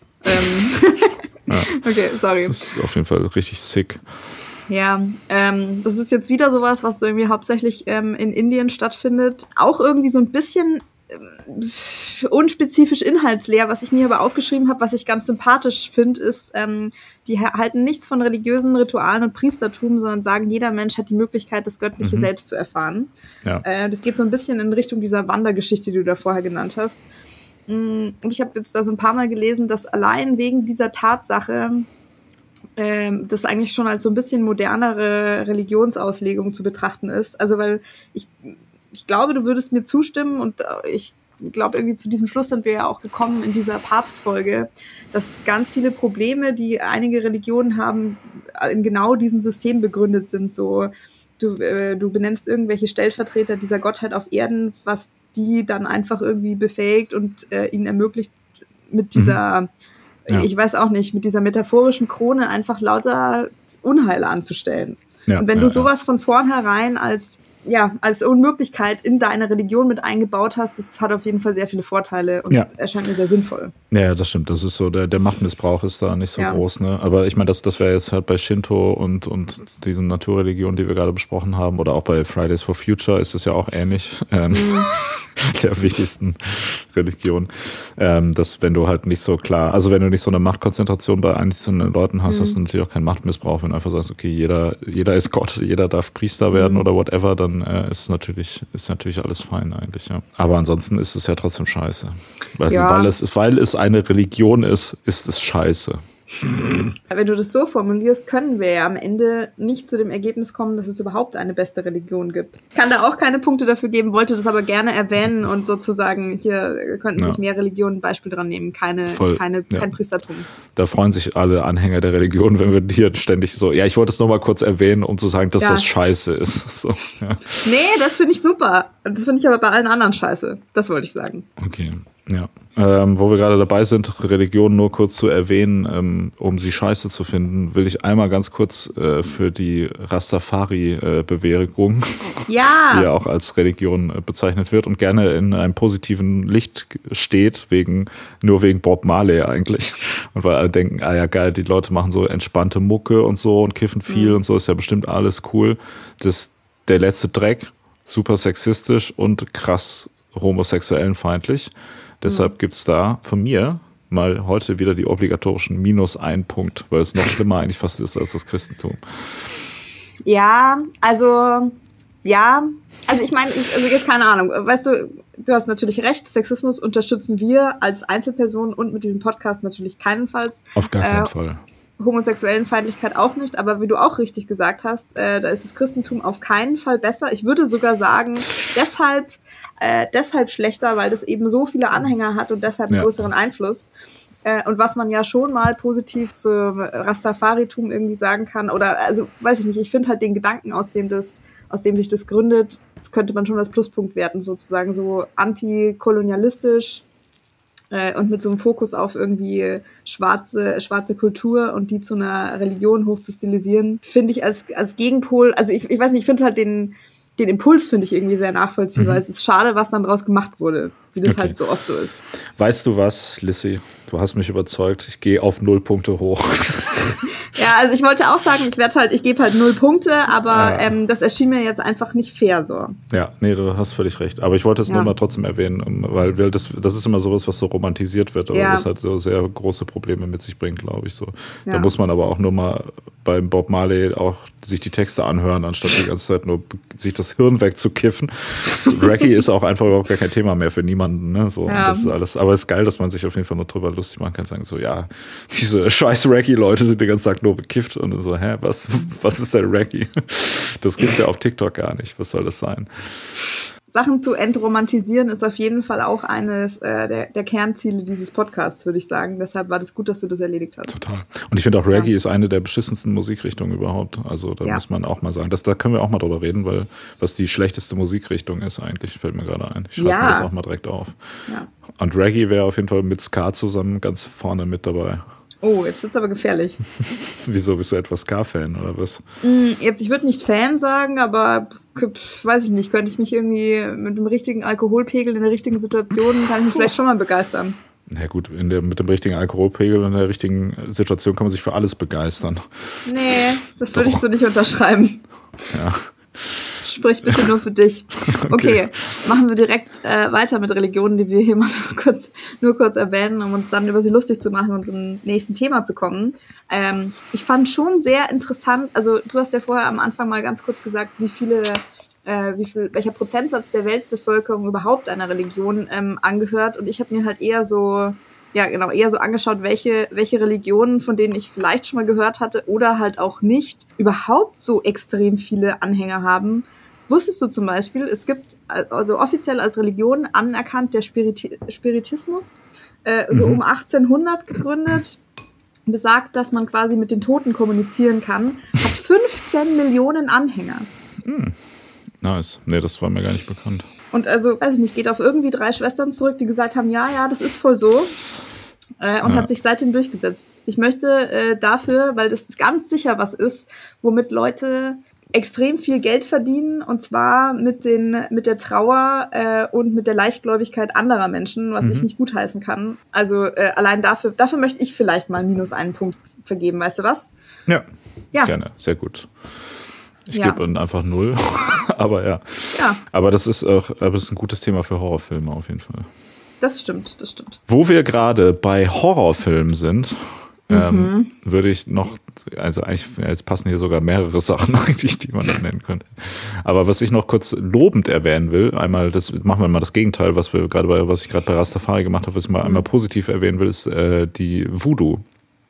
Ähm. ja. Okay, sorry. Das ist auf jeden Fall richtig sick. Ja, ähm, das ist jetzt wieder sowas, was irgendwie hauptsächlich ähm, in Indien stattfindet. Auch irgendwie so ein bisschen äh, unspezifisch inhaltsleer. Was ich mir aber aufgeschrieben habe, was ich ganz sympathisch finde, ist, ähm, die halten nichts von religiösen Ritualen und Priestertum, sondern sagen, jeder Mensch hat die Möglichkeit, das Göttliche mhm. selbst zu erfahren. Ja. Äh, das geht so ein bisschen in Richtung dieser Wandergeschichte, die du da vorher genannt hast. Und ich habe jetzt da so ein paar Mal gelesen, dass allein wegen dieser Tatsache ähm, das eigentlich schon als so ein bisschen modernere Religionsauslegung zu betrachten ist. Also weil ich, ich glaube, du würdest mir zustimmen und ich glaube, irgendwie zu diesem Schluss sind wir ja auch gekommen in dieser Papstfolge, dass ganz viele Probleme, die einige Religionen haben, in genau diesem System begründet sind. So, du, äh, du benennst irgendwelche Stellvertreter dieser Gottheit auf Erden, was die dann einfach irgendwie befähigt und äh, ihnen ermöglicht, mit dieser, mhm. ja. ich weiß auch nicht, mit dieser metaphorischen Krone einfach lauter Unheil anzustellen. Ja, und wenn ja, du sowas ja. von vornherein als ja, als Unmöglichkeit in deine Religion mit eingebaut hast, das hat auf jeden Fall sehr viele Vorteile und ja. erscheint mir sehr sinnvoll. Ja, das stimmt. Das ist so, der, der Machtmissbrauch ist da nicht so ja. groß, ne? Aber ich meine, das, das wäre jetzt halt bei Shinto und, und diesen Naturreligionen, die wir gerade besprochen haben, oder auch bei Fridays for Future ist es ja auch ähnlich, ähm, mhm. der wichtigsten Religion, ähm, dass wenn du halt nicht so klar, also wenn du nicht so eine Machtkonzentration bei einzelnen Leuten hast, mhm. hast du natürlich auch keinen Machtmissbrauch, wenn du einfach sagst, okay, jeder, jeder ist Gott, jeder darf Priester werden mhm. oder whatever, dann äh, ist natürlich, ist natürlich alles fein eigentlich, ja. Aber ansonsten ist es ja trotzdem scheiße. Weil, ja. weil, es, weil es eine Religion ist, ist es scheiße. Wenn du das so formulierst, können wir ja am Ende nicht zu dem Ergebnis kommen, dass es überhaupt eine beste Religion gibt. Ich kann da auch keine Punkte dafür geben, wollte das aber gerne erwähnen und sozusagen, hier könnten sich ja. mehr Religionen ein Beispiel dran nehmen, keine, Voll, keine, ja. kein Priestertum. Da freuen sich alle Anhänger der Religion, wenn wir hier ständig so, ja, ich wollte es nur mal kurz erwähnen, um zu sagen, dass ja. das scheiße ist. So, ja. Nee, das finde ich super. Das finde ich aber bei allen anderen scheiße. Das wollte ich sagen. Okay. Ja, ähm, wo wir gerade dabei sind, Religion nur kurz zu erwähnen, ähm, um sie scheiße zu finden, will ich einmal ganz kurz äh, für die Rastafari-Bewegung, äh, ja. die ja auch als Religion äh, bezeichnet wird und gerne in einem positiven Licht steht, wegen nur wegen Bob Marley eigentlich. Und weil alle denken, ah ja geil, die Leute machen so entspannte Mucke und so und kiffen viel mhm. und so, ist ja bestimmt alles cool. Das der letzte Dreck, super sexistisch und krass homosexuellenfeindlich. Deshalb mhm. gibt es da von mir mal heute wieder die obligatorischen minus ein Punkt, weil es noch schlimmer eigentlich fast ist als das Christentum. Ja, also, ja, also ich meine, also jetzt keine Ahnung, weißt du, du hast natürlich recht, Sexismus unterstützen wir als Einzelperson und mit diesem Podcast natürlich keinenfalls. Auf gar keinen äh, Fall. Homosexuellenfeindlichkeit auch nicht, aber wie du auch richtig gesagt hast, äh, da ist das Christentum auf keinen Fall besser. Ich würde sogar sagen, deshalb äh, deshalb schlechter, weil das eben so viele Anhänger hat und deshalb einen ja. größeren Einfluss. Äh, und was man ja schon mal positiv zu Rastafaritum irgendwie sagen kann, oder also weiß ich nicht, ich finde halt den Gedanken, aus dem das, aus dem sich das gründet, könnte man schon als Pluspunkt werten, sozusagen so antikolonialistisch. Und mit so einem Fokus auf irgendwie schwarze, schwarze Kultur und die zu einer Religion hoch zu stilisieren, finde ich als, als Gegenpol, also ich, ich weiß nicht, ich finde halt den, den Impuls finde ich irgendwie sehr nachvollziehbar. Mhm. Es ist schade, was dann draus gemacht wurde, wie das okay. halt so oft so ist. Weißt du was, Lissy? Du hast mich überzeugt. Ich gehe auf null Punkte hoch. Ja, also ich wollte auch sagen, ich werde halt, ich gebe halt null Punkte, aber ja. ähm, das erschien mir jetzt einfach nicht fair so. Ja, nee, du hast völlig recht. Aber ich wollte es ja. nur mal trotzdem erwähnen, weil das, das ist immer sowas, was so romantisiert wird, aber ja. das halt so sehr große Probleme mit sich bringt, glaube ich so. Ja. Da muss man aber auch nur mal beim Bob Marley auch sich die Texte anhören, anstatt die ganze Zeit nur sich das Hirn wegzukiffen. Reggae ist auch einfach überhaupt gar kein Thema mehr für niemanden, ne? So, ja. das ist alles. Aber es ist geil, dass man sich auf jeden Fall nur drüber lustig machen kann, sagen so, ja, diese scheiß Reggae-Leute sind den ganzen Tag nur bekifft und so, hä, was, was ist denn Reggae? Das gibt's ja auf TikTok gar nicht. Was soll das sein? Sachen zu entromantisieren ist auf jeden Fall auch eines äh, der, der Kernziele dieses Podcasts, würde ich sagen. Deshalb war das gut, dass du das erledigt hast. Total. Und ich finde auch Reggae ja. ist eine der beschissensten Musikrichtungen überhaupt. Also da ja. muss man auch mal sagen. Das, da können wir auch mal drüber reden, weil was die schlechteste Musikrichtung ist eigentlich, fällt mir gerade ein. Ich schreibe ja. mir das auch mal direkt auf. Ja. Und Reggae wäre auf jeden Fall mit Ska zusammen ganz vorne mit dabei. Oh, jetzt wird's aber gefährlich. Wieso, bist du etwas Ska-Fan oder was? Jetzt, ich würde nicht Fan sagen, aber weiß ich nicht, könnte ich mich irgendwie mit dem richtigen Alkoholpegel in der richtigen Situation, kann ich mich vielleicht schon mal begeistern. Na ja, gut, in der, mit dem richtigen Alkoholpegel in der richtigen Situation kann man sich für alles begeistern. Nee, das würde ich so nicht unterschreiben. Ja. Sprich bitte nur für dich. Okay, okay. Machen wir direkt äh, weiter mit Religionen, die wir hier mal nur kurz, nur kurz erwähnen, um uns dann über sie lustig zu machen und zum nächsten Thema zu kommen. Ähm, ich fand schon sehr interessant, also du hast ja vorher am Anfang mal ganz kurz gesagt, wie viele, äh, wie viel, welcher Prozentsatz der Weltbevölkerung überhaupt einer Religion ähm, angehört. Und ich habe mir halt eher so, ja genau, eher so angeschaut, welche, welche Religionen, von denen ich vielleicht schon mal gehört hatte oder halt auch nicht, überhaupt so extrem viele Anhänger haben. Wusstest du zum Beispiel, es gibt also offiziell als Religion anerkannt der Spiriti- Spiritismus, äh, so mhm. um achtzehnhundert gegründet, besagt, dass man quasi mit den Toten kommunizieren kann, hat fünfzehn Millionen Anhänger. Mhm. Nice. Nee, das war mir gar nicht bekannt. Und also, weiß ich nicht, geht auf irgendwie drei Schwestern zurück, die gesagt haben, ja, ja, das ist voll so. Äh, und ja. hat sich seitdem durchgesetzt. Ich möchte äh, dafür, weil das ganz sicher was ist, womit Leute extrem viel Geld verdienen, und zwar mit den mit der Trauer äh, und mit der Leichtgläubigkeit anderer Menschen, was mhm. ich nicht gutheißen kann. Also äh, allein dafür, dafür möchte ich vielleicht mal minus einen Punkt vergeben, weißt du was? Ja, ja. gerne, sehr gut. Ich ja. gebe einfach null, aber ja. ja. Aber das ist auch, aber das ist ein gutes Thema für Horrorfilme auf jeden Fall. Das stimmt, das stimmt. Wo wir gerade bei Horrorfilmen sind, Ähm, mhm. würde ich noch, also eigentlich, jetzt passen hier sogar mehrere Sachen eigentlich, die man dann nennen könnte. Aber was ich noch kurz lobend erwähnen will, einmal, das machen wir mal das Gegenteil, was wir gerade bei, was ich gerade bei Rastafari gemacht habe, was ich mal mhm. einmal positiv erwähnen will, ist äh, die Voodoo.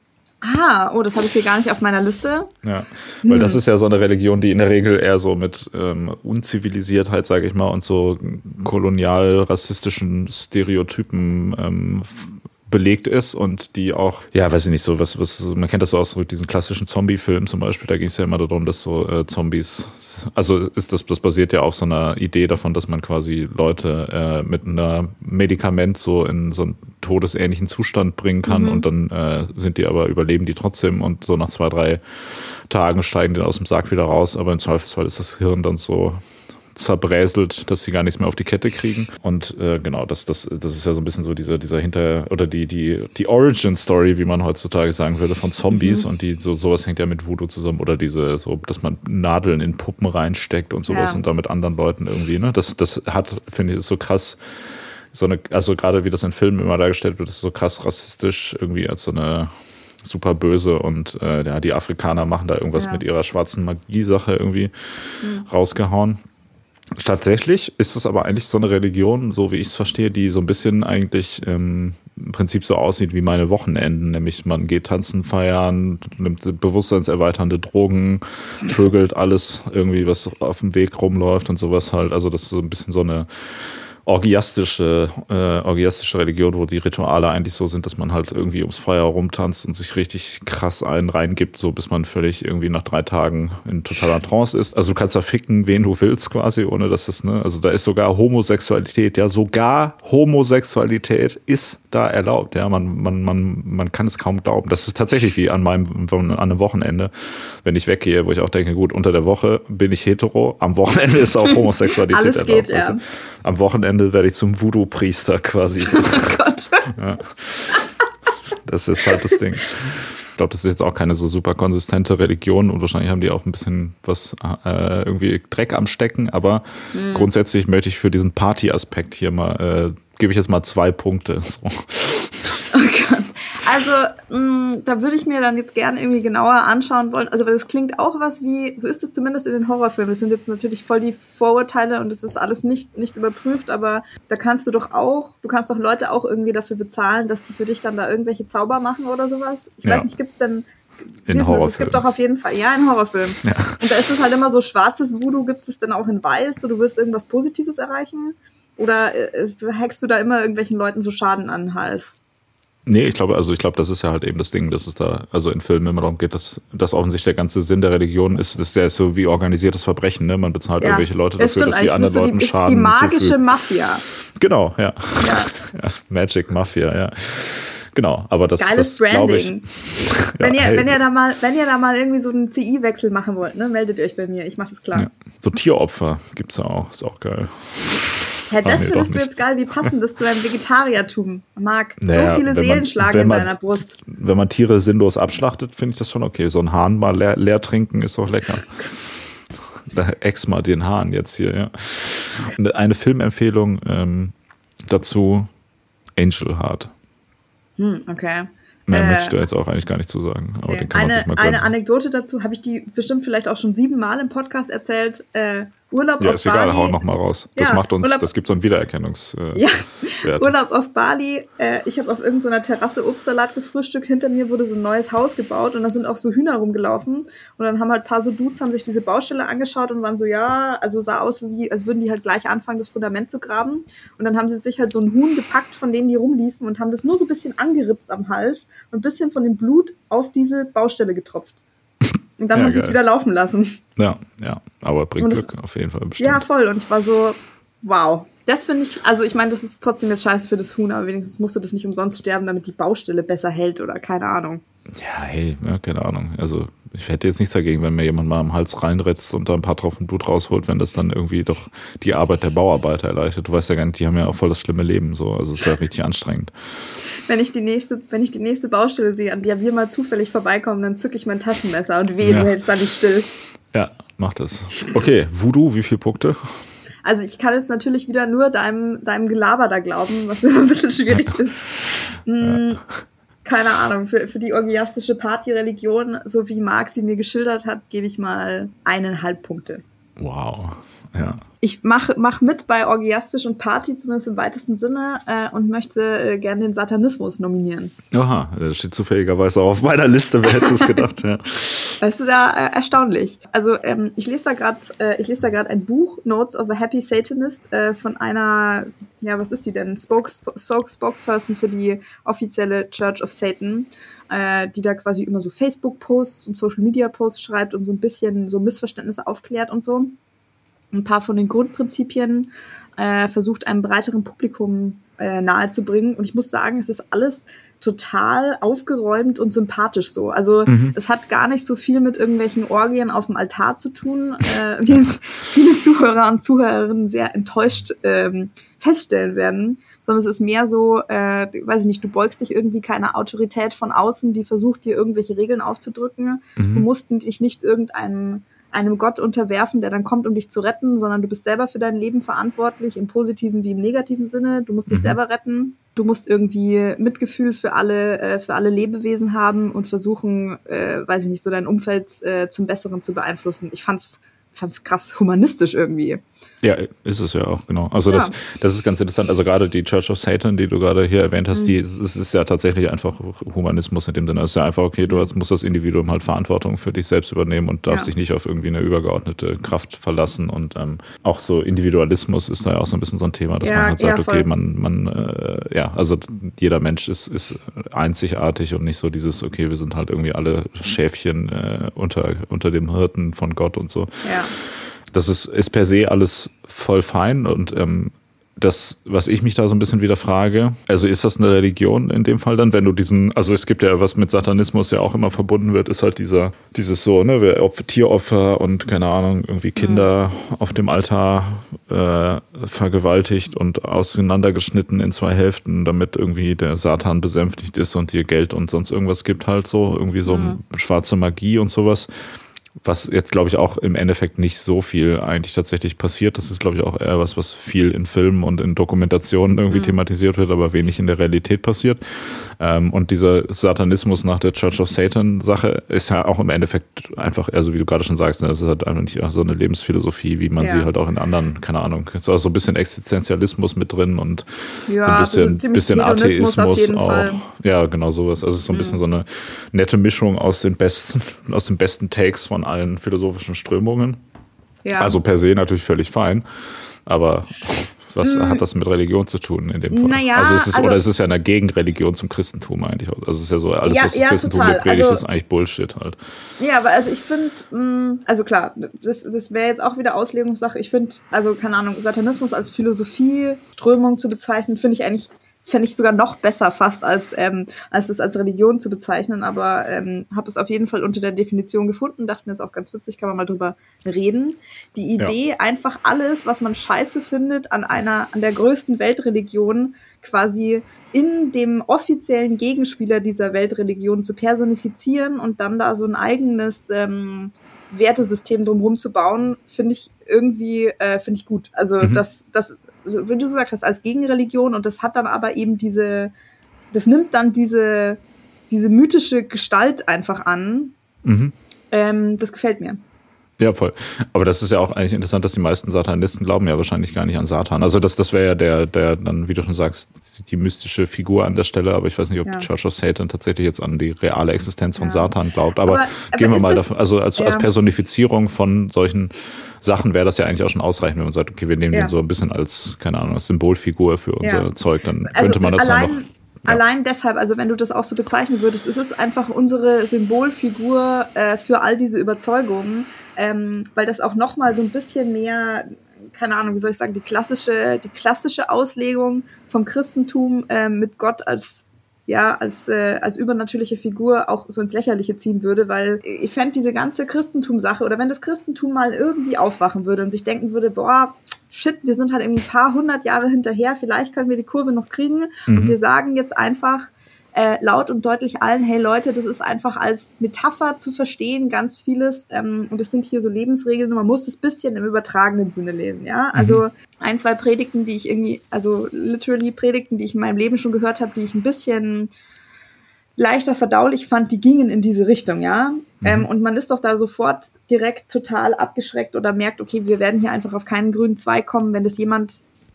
Ah, oh, das habe ich hier gar nicht auf meiner Liste. Ja, weil hm. das ist ja so eine Religion, die in der Regel eher so mit ähm, Unzivilisiertheit, sage ich mal, und so kolonial-rassistischen Stereotypen ähm, belegt ist und die auch, ja, weiß ich nicht, so was, was man kennt das so aus so diesen klassischen Zombie-Filmen zum Beispiel, da ging es ja immer darum, dass so äh, Zombies, also ist das, das basiert ja auf so einer Idee davon, dass man quasi Leute äh, mit einem Medikament so in so einen todesähnlichen Zustand bringen kann mhm. und dann äh, sind die aber, überleben die trotzdem und so nach zwei, drei Tagen steigen die aus dem Sarg wieder raus, aber im Zweifelsfall ist das Hirn dann so zerbräselt, dass sie gar nichts mehr auf die Kette kriegen. Und äh, genau, das, das, das ist ja so ein bisschen so dieser, dieser Hinter- oder die, die, die Origin-Story, wie man heutzutage sagen würde, von Zombies. Mhm. Und die so sowas hängt ja mit Voodoo zusammen. Oder diese, so, dass man Nadeln in Puppen reinsteckt und sowas ja. und da mit anderen Leuten irgendwie, ne? Das, das hat, finde ich, ist so krass, so eine, also gerade wie das in Filmen immer dargestellt wird, ist so krass rassistisch irgendwie als so eine super böse und äh, ja, die Afrikaner machen da irgendwas ja. mit ihrer schwarzen Magie-Sache irgendwie mhm. rausgehauen. Tatsächlich ist es aber eigentlich so eine Religion, so wie ich es verstehe, die so ein bisschen eigentlich ähm, im Prinzip so aussieht wie meine Wochenenden. Nämlich man geht tanzen, feiern, nimmt bewusstseinserweiternde Drogen, vögelt alles irgendwie, was auf dem Weg rumläuft und sowas halt. Also das ist so ein bisschen so eine orgiastische, äh, orgiastische Religion, wo die Rituale eigentlich so sind, dass man halt irgendwie ums Feuer rumtanzt und sich richtig krass einen reingibt, so bis man völlig irgendwie nach drei Tagen in totaler Trance ist. Also du kannst da ficken, wen du willst quasi, ohne dass das, ne, also da ist sogar Homosexualität, ja, sogar Homosexualität ist da erlaubt, ja, man, man, man, man kann es kaum glauben. Das ist tatsächlich wie an meinem, an einem Wochenende, wenn ich weggehe, wo ich auch denke, gut, unter der Woche bin ich hetero, am Wochenende ist auch Homosexualität Alles erlaubt. Geht, ja. Also, am Wochenende werde ich zum Voodoo-Priester quasi. Oh Gott. Ja. Das ist halt das Ding. Ich glaube, das ist jetzt auch keine so super konsistente Religion und wahrscheinlich haben die auch ein bisschen was äh, irgendwie Dreck am Stecken, aber mhm. grundsätzlich möchte ich für diesen Party-Aspekt hier mal, äh, gebe ich jetzt mal zwei Punkte. So. Oh Gott. Also, mh, da würde ich mir dann jetzt gerne irgendwie genauer anschauen wollen. Also, weil das klingt auch was wie, so ist es zumindest in den Horrorfilmen. Das sind jetzt natürlich voll die Vorurteile und das ist alles nicht, nicht überprüft, aber da kannst du doch auch, du kannst doch Leute auch irgendwie dafür bezahlen, dass die für dich dann da irgendwelche Zauber machen oder sowas. Ich ja. weiß nicht, gibt's denn, In Horrorfilmen. Es gibt doch auf jeden Fall, ja, in Horrorfilmen. Ja. Und da ist es halt immer so schwarzes Voodoo, gibt es dann auch in weiß, so du willst irgendwas Positives erreichen? Oder äh, hackst du da immer irgendwelchen Leuten so Schaden an den Hals? Nee, ich glaube, also ich glaube, das ist ja halt eben das Ding, dass es da, also in Filmen immer darum geht, dass, dass offensichtlich der ganze Sinn der Religion ist, das ist ja so wie organisiertes Verbrechen, ne? Man bezahlt ja. irgendwelche Leute dafür, dass die anderen so Leuten die, Schaden zufügen. Das ist die magische zufügen. Mafia. Genau, ja. ja. ja. Magic Mafia, ja. Genau, aber das, Geiles das glaube ich. ja, wenn, ihr, hey. wenn, ihr da mal, wenn ihr da mal irgendwie so einen C I-Wechsel machen wollt, ne, meldet euch bei mir, ich mache das klar. Ja. So Tieropfer gibt's ja auch, ist auch geil. Ja, das nee, findest du jetzt geil, wie passend das zu deinem Vegetariertum, Marc. Naja, so viele Seelen man, schlagen in man, deiner Brust. Wenn man Tiere sinnlos abschlachtet, finde ich das schon okay. So ein Hahn mal leer, leer trinken ist doch lecker. Da ex mal den Hahn jetzt hier, ja. Und eine Filmempfehlung ähm, dazu, Angel Heart. Hm, okay. Mehr äh, möchte ich da jetzt auch eigentlich gar nicht zu sagen. Aber okay. den kann man eine, sich mal gönnen. Eine Anekdote dazu, habe ich die bestimmt vielleicht auch schon siebenmal im Podcast erzählt. Äh, Urlaub ja, auf ist Bali. egal, hau noch mal raus. Das ja, macht uns, Urlaub, das gibt so einen Wiedererkennungswert. Äh, ja, Urlaub auf Bali. Äh, ich habe auf irgendeiner Terrasse Obstsalat gefrühstückt. Hinter mir wurde so ein neues Haus gebaut und da sind auch so Hühner rumgelaufen. Und dann haben halt ein paar so Dudes, haben sich diese Baustelle angeschaut und waren so, ja, also sah aus, wie, als würden die halt gleich anfangen, das Fundament zu graben. Und dann haben sie sich halt so ein Huhn gepackt, von denen die rumliefen und haben das nur so ein bisschen angeritzt am Hals und ein bisschen von dem Blut auf diese Baustelle getropft. Und dann ja, haben sie es wieder laufen lassen. Ja, ja, aber bringt das, Glück auf jeden Fall bestimmt. Ja, voll. Und ich war so, wow. Das finde ich, also ich meine, das ist trotzdem jetzt scheiße für das Huhn, aber wenigstens musste das nicht umsonst sterben, damit die Baustelle besser hält oder keine Ahnung. Ja, hey, ja, keine Ahnung. Also ich hätte jetzt nichts dagegen, wenn mir jemand mal am Hals reinretzt und da ein paar Tropfen Blut rausholt, wenn das dann irgendwie doch die Arbeit der Bauarbeiter erleichtert. Du weißt ja gar nicht, die haben ja auch voll das schlimme Leben so. Also es ist ja richtig anstrengend. Wenn ich die nächste, wenn ich die nächste Baustelle sehe, an der wir mal zufällig vorbeikommen, dann zücke ich mein Taschenmesser und weh, ja. Du hältst da nicht still. Ja, mach das. Okay, Voodoo, wie viele Punkte? Also ich kann jetzt natürlich wieder nur deinem, deinem Gelaber da glauben, was immer ein bisschen schwierig ist. Hm, ja. Keine Ahnung, für, für die orgiastische Partyreligion, so wie Marc sie mir geschildert hat, gebe ich mal eineinhalb Punkte. Wow, ja. Ich mache mach mit bei orgiastisch und Party, zumindest im weitesten Sinne, äh, und möchte äh, gerne den Satanismus nominieren. Aha, das steht zufälligerweise auch auf meiner Liste, wer hätte es gedacht, ja. Das ist ja äh, erstaunlich. Also ähm, ich lese da gerade äh, ich lese da gerade ein Buch, Notes of a Happy Satanist, äh, von einer, ja, was ist die denn? Spokes, Spokesperson für die offizielle Church of Satan, äh, die da quasi immer so Facebook-Posts und Social-Media-Posts schreibt und so ein bisschen so Missverständnisse aufklärt und so. Ein paar von den Grundprinzipien äh, versucht, einem breiteren Publikum äh, nahezubringen. Und ich muss sagen, es ist alles total aufgeräumt und sympathisch so. Also mhm. es hat gar nicht so viel mit irgendwelchen Orgien auf dem Altar zu tun, äh, wie jetzt viele Zuhörer und Zuhörerinnen sehr enttäuscht ähm, feststellen werden. Sondern es ist mehr so, äh, weiß ich nicht, du beugst dich irgendwie keiner Autorität von außen, die versucht, dir irgendwelche Regeln aufzudrücken. Mhm. Du musst dich nicht irgendeinem einem Gott unterwerfen, der dann kommt, um dich zu retten, sondern du bist selber für dein Leben verantwortlich, im positiven wie im negativen Sinne. Du musst dich mhm. selber retten. Du musst irgendwie Mitgefühl für alle, äh, für alle Lebewesen haben und versuchen, äh, weiß ich nicht, so dein Umfeld äh, zum Besseren zu beeinflussen. Ich fand's, fand's krass humanistisch irgendwie. Ja, ist es ja auch, genau. Also ja. das, das ist ganz interessant. Also gerade die Church of Satan, die du gerade hier erwähnt hast, mhm. die, es ist ja tatsächlich einfach Humanismus in dem Sinne. Es ist ja einfach, okay, du musst das Individuum halt Verantwortung für dich selbst übernehmen und darfst ja. dich nicht auf irgendwie eine übergeordnete Kraft verlassen. Und ähm, auch so Individualismus ist da ja auch so ein bisschen so ein Thema, dass ja, man halt sagt, ja, okay, man, man äh, ja, also jeder Mensch ist, ist einzigartig und nicht so dieses, okay, wir sind halt irgendwie alle Schäfchen äh, unter, unter dem Hirten von Gott und so. Ja. Das ist, ist per se alles voll fein und ähm, das, was ich mich da so ein bisschen wieder frage, also ist das eine Religion in dem Fall dann, wenn du diesen, also es gibt ja, was mit Satanismus ja auch immer verbunden wird, ist halt dieser, dieses so, ne, Tieropfer und keine Ahnung, irgendwie Kinder mhm. auf dem Altar äh, vergewaltigt und auseinandergeschnitten in zwei Hälften, damit irgendwie der Satan besänftigt ist und dir Geld und sonst irgendwas gibt halt so, irgendwie so mhm. schwarze Magie und sowas. Was jetzt, glaube ich, auch im Endeffekt nicht so viel eigentlich tatsächlich passiert. Das ist, glaube ich, auch eher was, was viel in Filmen und in Dokumentationen irgendwie mhm. thematisiert wird, aber wenig in der Realität passiert. Ähm, und dieser Satanismus nach der Church of Satan-Sache ist ja auch im Endeffekt einfach, also wie du gerade schon sagst, das ist halt einfach nicht so eine Lebensphilosophie, wie man ja. sie halt auch in anderen, keine Ahnung, ist auch so ein bisschen Existenzialismus mit drin und ja, so ein bisschen, bisschen Atheismus auch. Fall. Ja, genau sowas. Also es ist so ein mhm. bisschen so eine nette Mischung aus den besten, aus den besten Takes von allen philosophischen Strömungen. Ja. Also per se natürlich völlig fein, aber was hm. hat das mit Religion zu tun in dem Fall? Naja, also es ist, also, oder es ist ja eine Gegenreligion zum Christentum eigentlich. Also es ist ja so, alles, ja, was das ja, Christentum total. mitpredigt, also, ist eigentlich Bullshit halt. Ja, aber also ich finde, also klar, das, das wäre jetzt auch wieder Auslegungssache. Ich finde, also keine Ahnung, Satanismus als Philosophie-Strömung zu bezeichnen, finde ich eigentlich fände ich sogar noch besser fast, als ähm, als es als Religion zu bezeichnen, aber ähm, habe es auf jeden Fall unter der Definition gefunden, dachte mir, ist auch ganz witzig, kann man mal drüber reden. Die Idee, ja. einfach alles, was man scheiße findet an einer, an der größten Weltreligion, quasi in dem offiziellen Gegenspieler dieser Weltreligion zu personifizieren und dann da so ein eigenes ähm, Wertesystem drumherum zu bauen, finde ich irgendwie, äh, finde ich gut. Also mhm. das, das wie du gesagt hast, als Gegenreligion, und das hat dann aber eben diese, das nimmt dann diese, diese mythische Gestalt einfach an. Mhm. Ähm, das gefällt mir. Ja, voll. Aber das ist ja auch eigentlich interessant, dass die meisten Satanisten glauben ja wahrscheinlich gar nicht an Satan. Also das, das wäre ja der, der dann, wie du schon sagst, die mystische Figur an der Stelle. Aber ich weiß nicht, ob ja. die Church of Satan tatsächlich jetzt an die reale Existenz von ja. Satan glaubt. Aber, aber, aber gehen wir mal davon, also als, ja. als Personifizierung von solchen Sachen wäre das ja eigentlich auch schon ausreichend, wenn man sagt, okay, wir nehmen ja. den so ein bisschen als, keine Ahnung, als Symbolfigur für unser ja. Zeug, dann also könnte man das allein, ja noch... Ja. Allein deshalb, also wenn du das auch so bezeichnen würdest, ist es einfach unsere Symbolfigur äh, für all diese Überzeugungen, ähm, weil das auch nochmal so ein bisschen mehr, keine Ahnung, wie soll ich sagen, die klassische, die klassische Auslegung vom Christentum äh, mit Gott als ja, als, äh, als übernatürliche Figur auch so ins Lächerliche ziehen würde, weil ich fände diese ganze Christentum-Sache, oder wenn das Christentum mal irgendwie aufwachen würde und sich denken würde, boah, shit, wir sind halt irgendwie ein paar hundert Jahre hinterher, vielleicht können wir die Kurve noch kriegen mhm. und wir sagen jetzt einfach äh, laut und deutlich allen, hey Leute, das ist einfach als Metapher zu verstehen, ganz vieles, ähm, und es sind hier so Lebensregeln und man muss das bisschen im übertragenen Sinne lesen, ja, also mhm. ein, zwei Predigten, die ich irgendwie, also literally Predigten, die ich in meinem Leben schon gehört habe, die ich ein bisschen leichter verdaulich fand, die gingen in diese Richtung, ja. Mhm. Ähm, und man ist doch da sofort direkt total abgeschreckt oder merkt, okay, wir werden hier einfach auf keinen grünen Zweig kommen, wenn das jemand,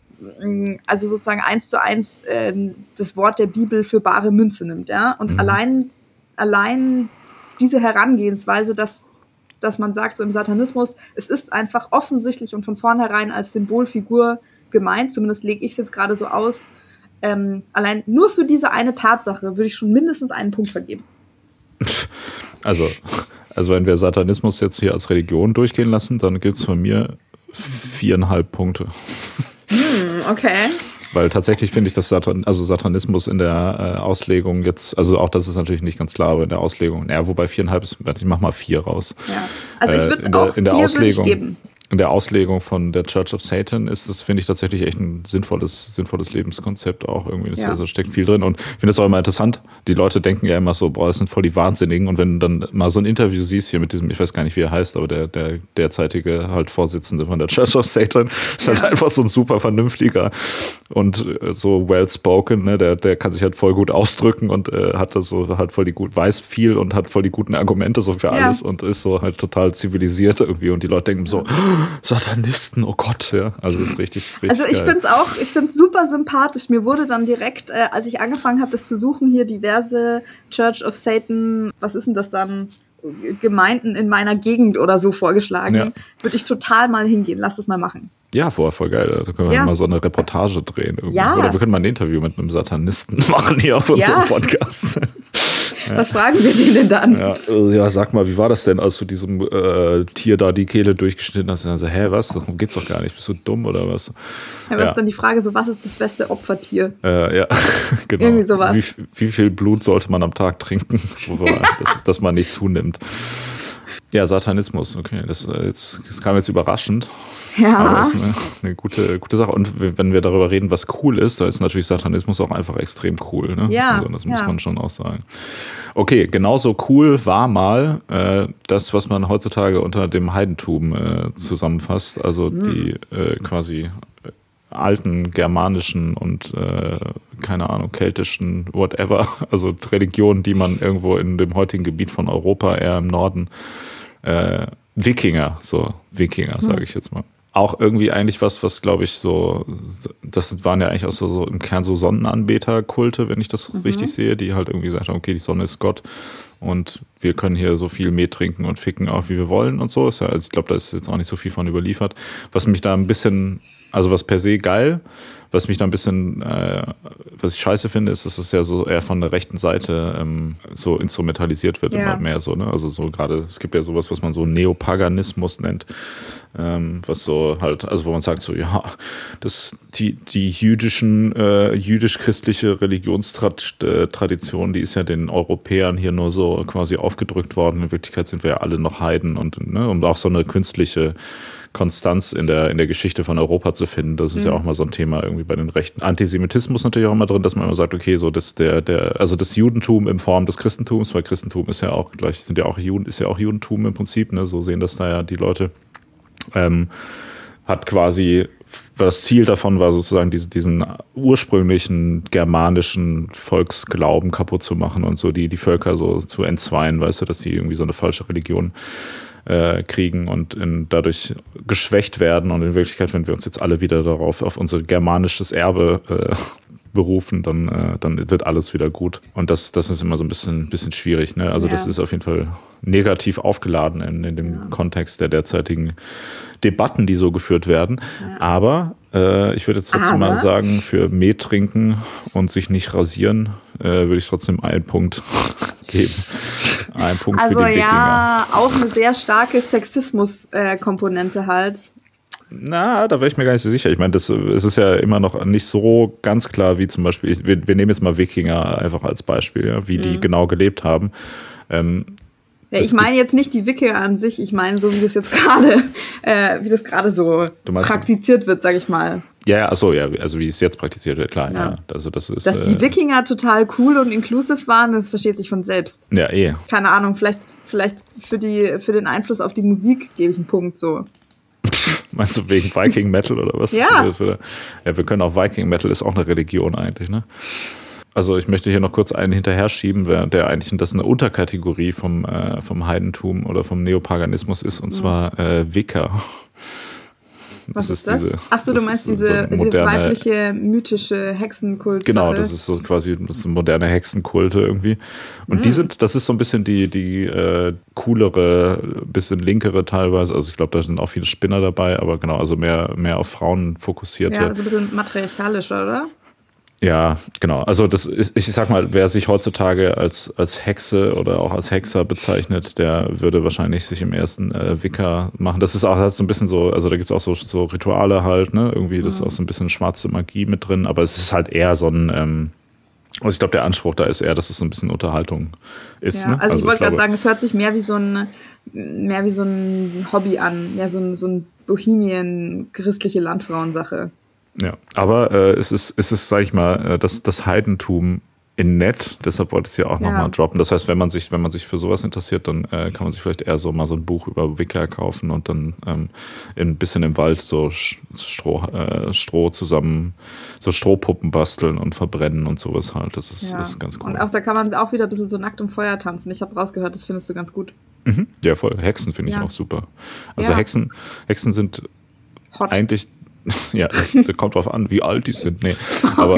also sozusagen eins zu eins äh, das Wort der Bibel für bare Münze nimmt, ja. Und mhm. allein, allein diese Herangehensweise, dass, dass man sagt, so im Satanismus, es ist einfach offensichtlich und von vornherein als Symbolfigur gemeint, zumindest lege ich es jetzt gerade so aus. Ähm, allein nur für diese eine Tatsache würde ich schon mindestens einen Punkt vergeben. Also, also wenn wir Satanismus jetzt hier als Religion durchgehen lassen, dann gibt es von mir viereinhalb Punkte. Hm, okay. Weil tatsächlich finde ich, dass Satan, also Satanismus in der äh, Auslegung jetzt, also auch das ist natürlich nicht ganz klar, aber in der Auslegung, naja, wobei viereinhalb ist, ich mach mal vier raus. Ja. Also ich würde äh, auch in der vier Auslegung, würde ich geben. In der Auslegung von der Church of Satan ist das, finde ich, tatsächlich echt ein sinnvolles, sinnvolles Lebenskonzept auch irgendwie. Das, ja. Also steckt viel drin. Und ich finde das auch immer interessant. Die Leute denken ja immer so, boah, das sind voll die Wahnsinnigen. Und wenn du dann mal so ein Interview siehst hier mit diesem, ich weiß gar nicht, wie er heißt, aber der, der derzeitige halt Vorsitzende von der Church of Satan ist ja. halt einfach so ein super vernünftiger und so well spoken, ne? Der, der kann sich halt voll gut ausdrücken und äh, hat das so halt voll die gut, weiß viel und hat voll die guten Argumente so für alles ja. und ist so halt total zivilisiert irgendwie. Und die Leute denken so, Satanisten, oh Gott, ja. Also es ist richtig, richtig Also ich finde es auch, ich finde es super sympathisch. Mir wurde dann direkt, äh, als ich angefangen habe, das zu suchen, hier diverse Church of Satan, was ist denn das dann, Gemeinden in meiner Gegend oder so vorgeschlagen. Ja. Würde ich total mal hingehen. Lass das mal machen. Ja, voll, voll geil. Da können wir ja. mal so eine Reportage drehen. Irgendwie. Ja. Oder wir können mal ein Interview mit einem Satanisten machen hier auf unserem ja. Podcast. Ja. Was fragen wir den denn dann? Ja, ja, sag mal, wie war das denn, als du diesem äh, Tier da die Kehle durchgeschnitten hast? Und dann so, hä, was? Darum geht's doch gar nicht. Bist du dumm oder was? Ja, was ja. ist dann die Frage, so, was ist das beste Opfertier? Äh, ja, genau. Irgendwie sowas. Wie, wie viel Blut sollte man am Tag trinken, dass, dass man nicht zunimmt? Ja, Satanismus, okay. Das, jetzt, das kam jetzt überraschend. Ja. Aber das ist eine, eine gute, gute Sache. Und wenn wir darüber reden, was cool ist, da ist natürlich Satanismus auch einfach extrem cool. Ne? Ja. Also das muss ja. man schon auch sagen. Okay, genauso cool war mal äh, das, was man heutzutage unter dem Heidentum äh, zusammenfasst. Also mhm. die äh, quasi alten germanischen und äh, keine Ahnung, keltischen, whatever, also Religionen, die man irgendwo in dem heutigen Gebiet von Europa, eher im Norden, äh, Wikinger, so Wikinger, sage ich jetzt mal. Auch irgendwie eigentlich was, was glaube ich so, das waren ja eigentlich auch so, so im Kern so Sonnenanbeterkulte, wenn ich das mhm. richtig sehe, die halt irgendwie gesagt haben, okay, die Sonne ist Gott und wir können hier so viel Mehl trinken und ficken auch, wie wir wollen und so. Also ich glaube, da ist jetzt auch nicht so viel von überliefert. Was mich da ein bisschen, also was per se geil, was mich da ein bisschen, äh, was ich scheiße finde, ist, dass es ja so eher von der rechten Seite ähm, so instrumentalisiert wird, ja. immer mehr so, ne? Also so gerade, es gibt ja sowas, was man so Neopaganismus nennt, ähm, was so halt, also wo man sagt so, ja, das, die, die jüdischen, äh, jüdisch-christliche Religionstradition, die ist ja den Europäern hier nur so quasi aufgedrückt worden. In Wirklichkeit sind wir ja alle noch Heiden und, ne, und auch so eine künstliche Konstanz in der, in der Geschichte von Europa zu finden. Das ist mhm. ja auch mal so ein Thema irgendwie bei den Rechten. Antisemitismus natürlich auch immer drin, dass man immer sagt, okay, so das, der, der, also das Judentum in Form des Christentums, weil Christentum ist ja auch gleich, sind ja auch Juden, ist ja auch Judentum im Prinzip, ne? So sehen das da ja die Leute. Ähm, hat quasi, das Ziel davon war sozusagen, diese, diesen ursprünglichen germanischen Volksglauben kaputt zu machen und so die, die Völker so zu entzweien, weißt du, dass die irgendwie so eine falsche Religion äh, kriegen und in, dadurch geschwächt werden. Und in Wirklichkeit, wenn wir uns jetzt alle wieder darauf, auf unser germanisches Erbe äh, berufen, dann, äh, dann wird alles wieder gut. Und das, das ist immer so ein bisschen, bisschen schwierig. Ne? Also ja. das ist auf jeden Fall negativ aufgeladen in, in dem ja. Kontext der derzeitigen Debatten, die so geführt werden. Ja. Aber äh, ich würde jetzt trotzdem Aber. mal sagen, für Mehl trinken und sich nicht rasieren, äh, würde ich trotzdem einen Punkt geben. Ein Punkt also für die Wikinger. Ja, auch eine sehr starke Sexismus-Komponente äh, halt. Na, da wäre ich mir gar nicht so sicher. Ich meine, das, es ist ja immer noch nicht so ganz klar, wie zum Beispiel, ich, wir, wir nehmen jetzt mal Wikinger einfach als Beispiel, ja, wie mhm. die genau gelebt haben. Ähm, ja, ich meine jetzt nicht die Wikinger an sich, ich meine so, wie das jetzt gerade, äh, wie das gerade so praktiziert wird, sag ich mal. Ja, ja, achso, ja, also wie es jetzt praktiziert wird, klar. Ja. Ja. Also das ist, Dass die Wikinger total cool und inclusive waren, das versteht sich von selbst. Ja, eh. Keine Ahnung, vielleicht, vielleicht für, die, für den Einfluss auf die Musik gebe ich einen Punkt so. Meinst du wegen Viking Metal oder was? Ja. Ja, wir können auch Viking Metal, ist auch eine Religion eigentlich, ne? Also ich möchte hier noch kurz einen hinterher schieben, der eigentlich das eine Unterkategorie vom, äh, vom Heidentum oder vom Neopaganismus ist, und zwar äh, Wicca. Was das ist das? Diese, Achso, du meinst diese, so moderne, diese weibliche, mythische Hexenkult. Genau, das ist so quasi das sind moderne Hexenkulte irgendwie. Und mhm. die sind, das ist so ein bisschen die, die äh, coolere, bisschen linkere teilweise. Also ich glaube, da sind auch viele Spinner dabei, aber genau, also mehr, mehr auf Frauen fokussierte. Ja, so ein bisschen matriarchalischer, oder? Ja, genau. Also das ist, ich sag mal, wer sich heutzutage als, als Hexe oder auch als Hexer bezeichnet, der würde wahrscheinlich sich im ersten äh, Wicca machen. Das ist auch halt so ein bisschen so, also da gibt es auch so, so Rituale halt, ne? Irgendwie, das ist auch so ein bisschen schwarze Magie mit drin, aber es ist halt eher so ein, ähm, also ich glaube, der Anspruch da ist eher, dass es so ein bisschen Unterhaltung ist. Ja, ne? also, also ich wollte gerade sagen, es hört sich mehr wie so ein mehr wie so ein Hobby an, mehr so ein, so ein Bohemien-christliche Landfrauensache. Ja, aber äh, es ist, es ist, sag ich mal, das, das Heidentum in nett, deshalb wollte ich es ja auch ja. nochmal droppen. Das heißt, wenn man sich, wenn man sich für sowas interessiert, dann äh, kann man sich vielleicht eher so mal so ein Buch über Wicca kaufen und dann ähm, ein bisschen im Wald so Stroh, äh, Stroh zusammen, so Strohpuppen basteln und verbrennen und sowas halt. Das ist, ja. ist ganz cool. Und auch da kann man auch wieder ein bisschen so nackt im Feuer tanzen. Ich habe rausgehört, das findest du ganz gut. Mhm. Ja, voll. Hexen finde ich ja. auch super. Also ja. Hexen, Hexen sind Hot. eigentlich ja, das, das kommt drauf an, wie alt die sind. Nee, oh aber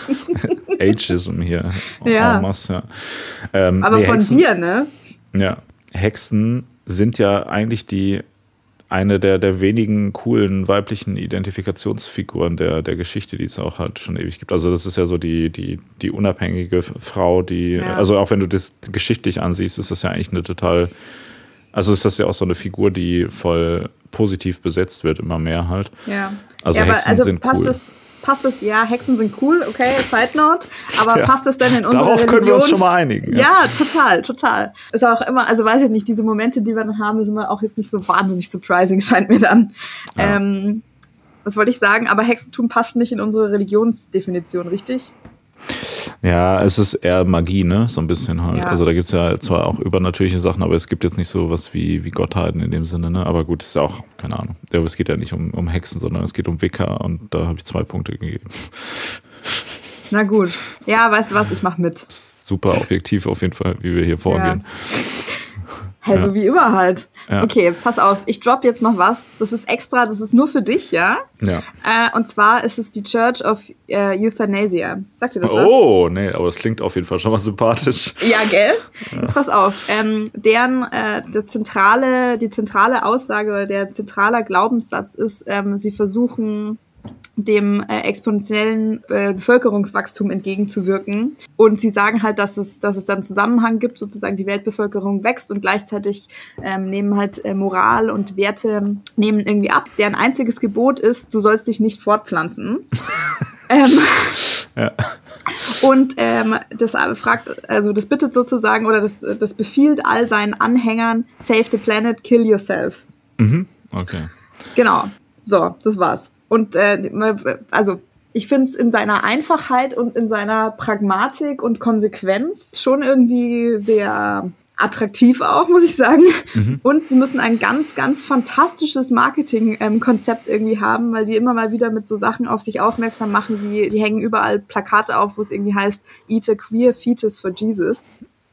Ageism hier. Ja. En masse, ja. Ähm, aber nee, von Hexen, dir, ne? Ja, Hexen sind ja eigentlich die eine der, der wenigen coolen weiblichen Identifikationsfiguren der, der Geschichte, die es auch halt schon ewig gibt. Also das ist ja so die, die, die unabhängige Frau, die, ja. also auch wenn du das geschichtlich ansiehst, ist das ja eigentlich eine total, also ist das ja auch so eine Figur, die voll positiv besetzt wird, immer mehr halt. Ja, also ja, Hexen aber also sind passt cool. Das, passt das, ja, Hexen sind cool, okay, Side Note, aber ja. passt das denn in unsere Darauf Religions- können wir uns schon mal einigen. Ja. ja, total, total. Ist auch immer, also weiß ich nicht, diese Momente, die wir dann haben, sind immer auch jetzt nicht so wahnsinnig surprising, scheint mir dann. Ja. Ähm, was wollte ich sagen? Aber Hexentum passt nicht in unsere Religionsdefinition, richtig? Ja, es ist eher Magie, ne? So ein bisschen halt. Ja. Also da gibt's ja zwar auch übernatürliche Sachen, aber es gibt jetzt nicht so was wie, wie Gottheiten in dem Sinne, ne? Aber gut, ist ja auch, keine Ahnung. Aber es geht ja nicht um, um Hexen, sondern es geht um Wicca und da habe ich zwei Punkte gegeben. Na gut. Ja, weißt du was, ich mach mit. Super objektiv auf jeden Fall, wie wir hier vorgehen. Ja. Hey, so ja. wie immer halt. Ja. Okay, pass auf, ich drop jetzt noch was. Das ist extra, das ist nur für dich, ja? Ja. Äh, und zwar ist es die Church of äh, Euthanasia. Sagt ihr das was? Oh, nee, aber das klingt auf jeden Fall schon mal sympathisch. Ja, gell? Ja. Jetzt pass auf. Ähm, deren, äh, der zentrale, die zentrale Aussage oder der zentrale Glaubenssatz ist, ähm, sie versuchen, dem äh, exponentiellen äh, Bevölkerungswachstum entgegenzuwirken. Und sie sagen halt, dass es, dass es dann Zusammenhang gibt, sozusagen die Weltbevölkerung wächst und gleichzeitig ähm, nehmen halt äh, Moral und Werte nehmen irgendwie ab. Deren einziges Gebot ist, du sollst dich nicht fortpflanzen. ähm, ja. Und ähm, das fragt, also das bittet sozusagen oder das, das befiehlt all seinen Anhängern, save the planet, kill yourself. Mhm. Okay. Genau. So, das war's. Und äh, also ich finde es in seiner Einfachheit und in seiner Pragmatik und Konsequenz schon irgendwie sehr attraktiv auch, muss ich sagen. Mhm. Und sie müssen ein ganz, ganz fantastisches Marketing-Konzept ähm, irgendwie haben, weil die immer mal wieder mit so Sachen auf sich aufmerksam machen, wie die hängen überall Plakate auf, wo es irgendwie heißt, eat a queer fetus for Jesus.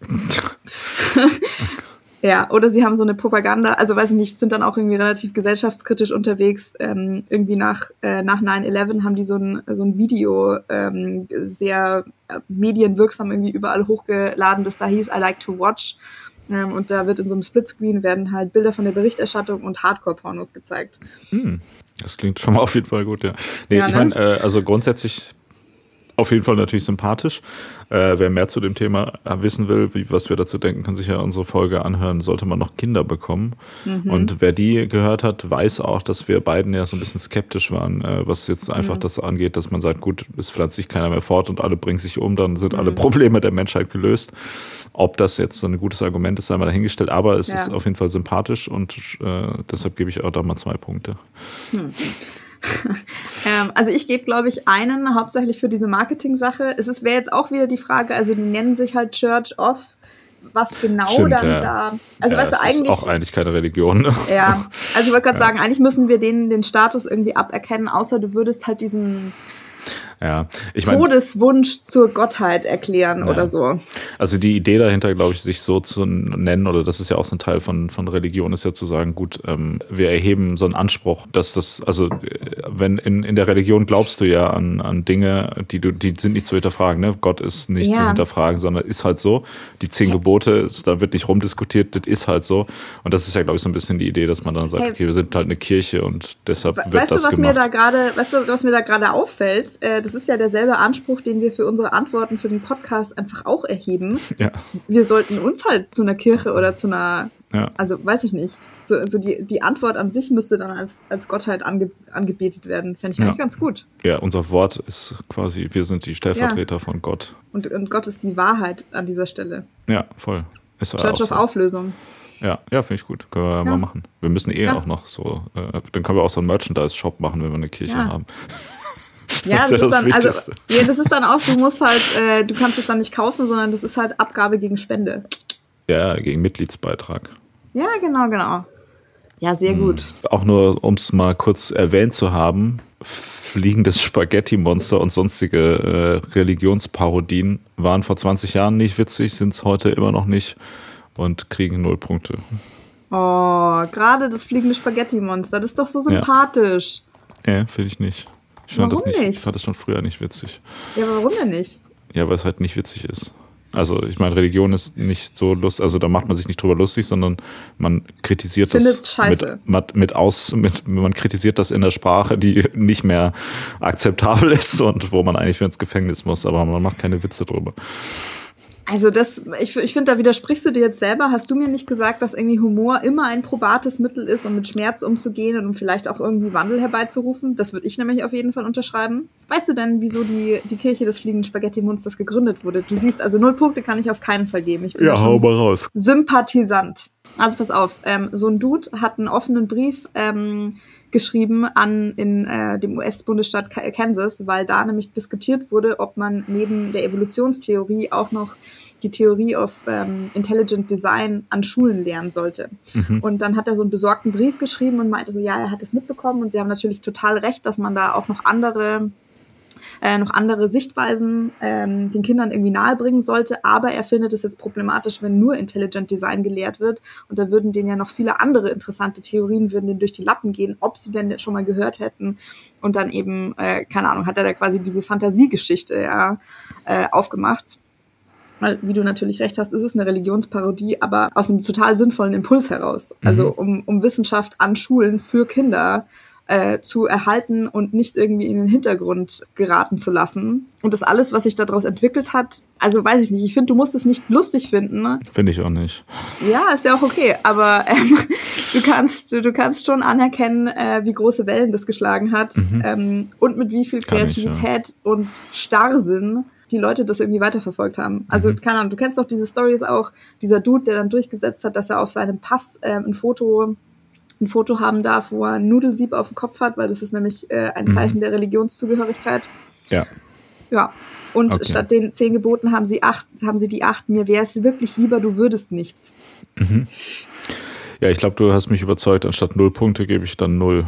Ja, oder sie haben so eine Propaganda, also weiß ich nicht, sind dann auch irgendwie relativ gesellschaftskritisch unterwegs. Ähm, irgendwie nach, äh, nach nine eleven haben die so ein, so ein Video ähm, sehr äh, medienwirksam irgendwie überall hochgeladen, das da hieß I like to watch. Ähm, und da wird in so einem Splitscreen werden halt Bilder von der Berichterstattung und Hardcore-Pornos gezeigt. Hm, das klingt schon mal auf jeden Fall gut, ja. Nee, ja, ich ne? meine, äh, also grundsätzlich auf jeden Fall natürlich sympathisch. Äh, wer mehr zu dem Thema wissen will, wie, was wir dazu denken, kann sich ja unsere Folge anhören, sollte man noch Kinder bekommen. Mhm. Und wer die gehört hat, weiß auch, dass wir beiden ja so ein bisschen skeptisch waren, äh, was jetzt einfach mhm. das angeht, dass man sagt, gut, es pflanzt sich keiner mehr fort und alle bringen sich um, dann sind mhm. alle Probleme der Menschheit gelöst. Ob das jetzt so ein gutes Argument ist, sei mal dahingestellt, aber es ja. ist auf jeden Fall sympathisch und äh, deshalb gebe ich auch da mal zwei Punkte. Hm. ähm, also ich gebe, glaube ich, einen hauptsächlich für diese Marketing-Sache. Es wäre jetzt auch wieder die Frage, also die nennen sich halt Church of, was genau Stimmt, dann ja. da... Also ja, weißt du, eigentlich... ist auch eigentlich keine Religion. Ne? Ja, also ich wollte gerade ja. sagen, eigentlich müssen wir denen den Status irgendwie aberkennen, außer du würdest halt diesen... Ja, ich mein, Todeswunsch zur Gottheit erklären ja. oder so. Also die Idee dahinter, glaube ich, sich so zu nennen, oder das ist ja auch so ein Teil von, von Religion, ist ja zu sagen, gut, ähm, wir erheben so einen Anspruch, dass das, also wenn in, in der Religion glaubst du ja an, an Dinge, die du, die sind nicht zu hinterfragen, ne? Gott ist nicht ja. zu hinterfragen, sondern ist halt so. Die zehn hey. Gebote, da wird nicht rumdiskutiert, das ist halt so. Und das ist ja, glaube ich, so ein bisschen die Idee, dass man dann sagt, hey. okay, wir sind halt eine Kirche und deshalb wird weißt das du, was gemacht. Mir da grade, weißt du, was mir da gerade auffällt? Äh, das ist ja derselbe Anspruch, den wir für unsere Antworten für den Podcast einfach auch erheben. Ja. Wir sollten uns halt zu einer Kirche oder zu einer, ja. also weiß ich nicht, so, also die, die Antwort an sich müsste dann als, als Gottheit ange, angebetet werden. Fände ich ja. eigentlich ganz gut. Ja, unser Wort ist quasi, wir sind die Stellvertreter ja. von Gott. Und, und Gott ist die Wahrheit an dieser Stelle. Ja, voll. Ist Church of so. Auflösung. Ja, ja, finde ich gut. Können wir ja. mal machen. Wir müssen eh ja. auch noch so, äh, dann können wir auch so einen Merchandise-Shop machen, wenn wir eine Kirche ja. haben. Ja, das, das ist, ja das dann, also, ja, das ist dann auch, du musst halt, äh, du kannst es dann nicht kaufen, sondern das ist halt Abgabe gegen Spende. Ja, gegen Mitgliedsbeitrag. Ja, genau, genau. Ja, sehr hm. gut. Auch nur, um es mal kurz erwähnt zu haben, fliegendes Spaghetti-Monster und sonstige äh, Religionsparodien waren vor zwanzig Jahren nicht witzig, sind es heute immer noch nicht und kriegen null Punkte. Oh, gerade das fliegende Spaghetti-Monster, das ist doch so sympathisch. Ja, ja finde ich nicht. Ich fand, warum das nicht, nicht? ich fand das schon früher nicht witzig. Ja, aber warum denn nicht? Ja, weil es halt nicht witzig ist. Also ich meine, Religion ist nicht so lustig, also da macht man sich nicht drüber lustig, sondern man kritisiert Findet's das scheiße. Mit, mit aus, mit, man kritisiert das in der Sprache, die nicht mehr akzeptabel ist und wo man eigentlich für ins Gefängnis muss, aber man macht keine Witze drüber. Also das, ich, ich finde, da widersprichst du dir jetzt selber. Hast du mir nicht gesagt, dass irgendwie Humor immer ein probates Mittel ist, um mit Schmerz umzugehen und um vielleicht auch irgendwie Wandel herbeizurufen? Das würde ich nämlich auf jeden Fall unterschreiben. Weißt du denn, wieso die, die Kirche des fliegenden Spaghetti-Monsters gegründet wurde? Du siehst, also null Punkte kann ich auf keinen Fall geben. Ich bin ja, hau mal raus. Sympathisant. Also pass auf, ähm, so ein Dude hat einen offenen Brief ähm, geschrieben an in äh, dem U S-Bundesstaat Kansas, weil da nämlich diskutiert wurde, ob man neben der Evolutionstheorie auch noch die Theorie of ähm, Intelligent Design an Schulen lernen sollte. Mhm. Und dann hat er so einen besorgten Brief geschrieben und meinte so, ja, er hat es mitbekommen und sie haben natürlich total recht, dass man da auch noch andere äh, noch andere Sichtweisen ähm, den Kindern irgendwie nahebringen sollte, aber er findet es jetzt problematisch, wenn nur Intelligent Design gelehrt wird und da würden denen ja noch viele andere interessante Theorien würden denen durch die Lappen gehen, ob sie denn schon mal gehört hätten und dann eben, äh, keine Ahnung, hat er da quasi diese Fantasiegeschichte ja, äh, aufgemacht. Weil, wie du natürlich recht hast, ist es eine Religionsparodie, aber aus einem total sinnvollen Impuls heraus. Mhm. Also um, um Wissenschaft an Schulen für Kinder äh, zu erhalten und nicht irgendwie in den Hintergrund geraten zu lassen. Und das alles, was sich daraus entwickelt hat, also weiß ich nicht, ich finde, du musst es nicht lustig finden. Ne? Finde ich auch nicht. Ja, ist ja auch okay, aber ähm, du kannst du, du kannst schon anerkennen, äh, wie große Wellen das geschlagen hat mhm. ähm, und mit wie viel Kreativität ich, ja. und Starrsinn die Leute das irgendwie weiterverfolgt haben. Also, mhm. keine Ahnung, du kennst doch diese Storys auch, dieser Dude, der dann durchgesetzt hat, dass er auf seinem Pass äh, ein Foto ein Foto haben darf, wo er ein Nudelsieb auf dem Kopf hat, weil das ist nämlich äh, ein Zeichen mhm. der Religionszugehörigkeit. Ja. Ja. Und okay. statt den zehn Geboten haben sie acht, haben sie die acht, mir wäre es wirklich lieber, du würdest nichts. Mhm. Ja, ich glaube, du hast mich überzeugt, anstatt null Punkte gebe ich dann null.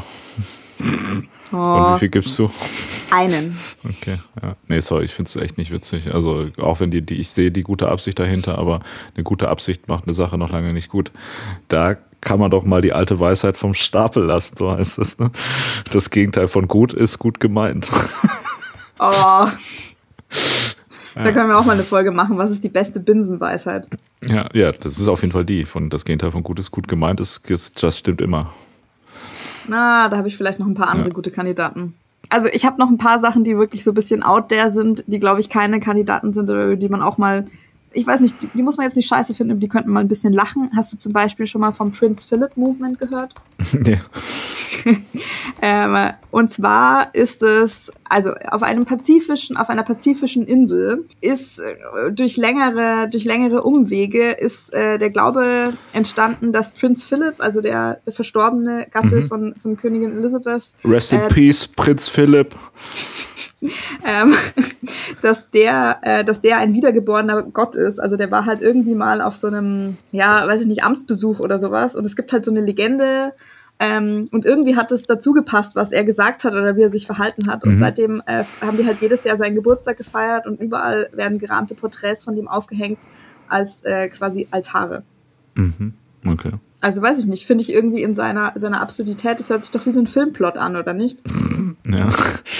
Oh. Und wie viel gibst du? Einen. Okay, ja. Nee, sorry, ich finde es echt nicht witzig. Also auch wenn die, die, ich sehe die gute Absicht dahinter, aber eine gute Absicht macht eine Sache noch lange nicht gut. Da kann man doch mal die alte Weisheit vom Stapel lassen, so heißt das, ne? Das Gegenteil von gut ist gut gemeint. Oh. Ja. Da können wir auch mal eine Folge machen. Was ist die beste Binsenweisheit? Ja, ja, das ist auf jeden Fall die. Von das Gegenteil von gut ist gut gemeint ist, das stimmt immer. Na, da habe ich vielleicht noch ein paar andere ja. gute Kandidaten. Also ich habe noch ein paar Sachen, die wirklich so ein bisschen out there sind, die, glaube ich, keine Kandidaten sind, oder die man auch mal, ich weiß nicht, die, die muss man jetzt nicht scheiße finden, aber die könnten mal ein bisschen lachen. Hast du zum Beispiel schon mal vom Prince Philip Movement gehört? Nee. ähm, und zwar ist es, also auf einem pazifischen, auf einer pazifischen Insel ist äh, durch längere, durch längere Umwege ist äh, der Glaube entstanden, dass Prinz Philip, also der, der verstorbene Gatte mhm. von, von Königin Elizabeth. Rest in äh, peace, Prinz Philip. ähm, dass der, äh, dass der ein wiedergeborener Gott ist. Also der war halt irgendwie mal auf so einem, ja, weiß ich nicht, Amtsbesuch oder sowas. Und es gibt halt so eine Legende. Ähm, und irgendwie hat es dazu gepasst, was er gesagt hat oder wie er sich verhalten hat. Und mhm. seitdem äh, haben die halt jedes Jahr seinen Geburtstag gefeiert und überall werden gerahmte Porträts von ihm aufgehängt als äh, quasi Altare. Mhm. Okay. Also weiß ich nicht, finde ich irgendwie in seiner, seiner Absurdität, das hört sich doch wie so ein Filmplot an, oder nicht? Ja.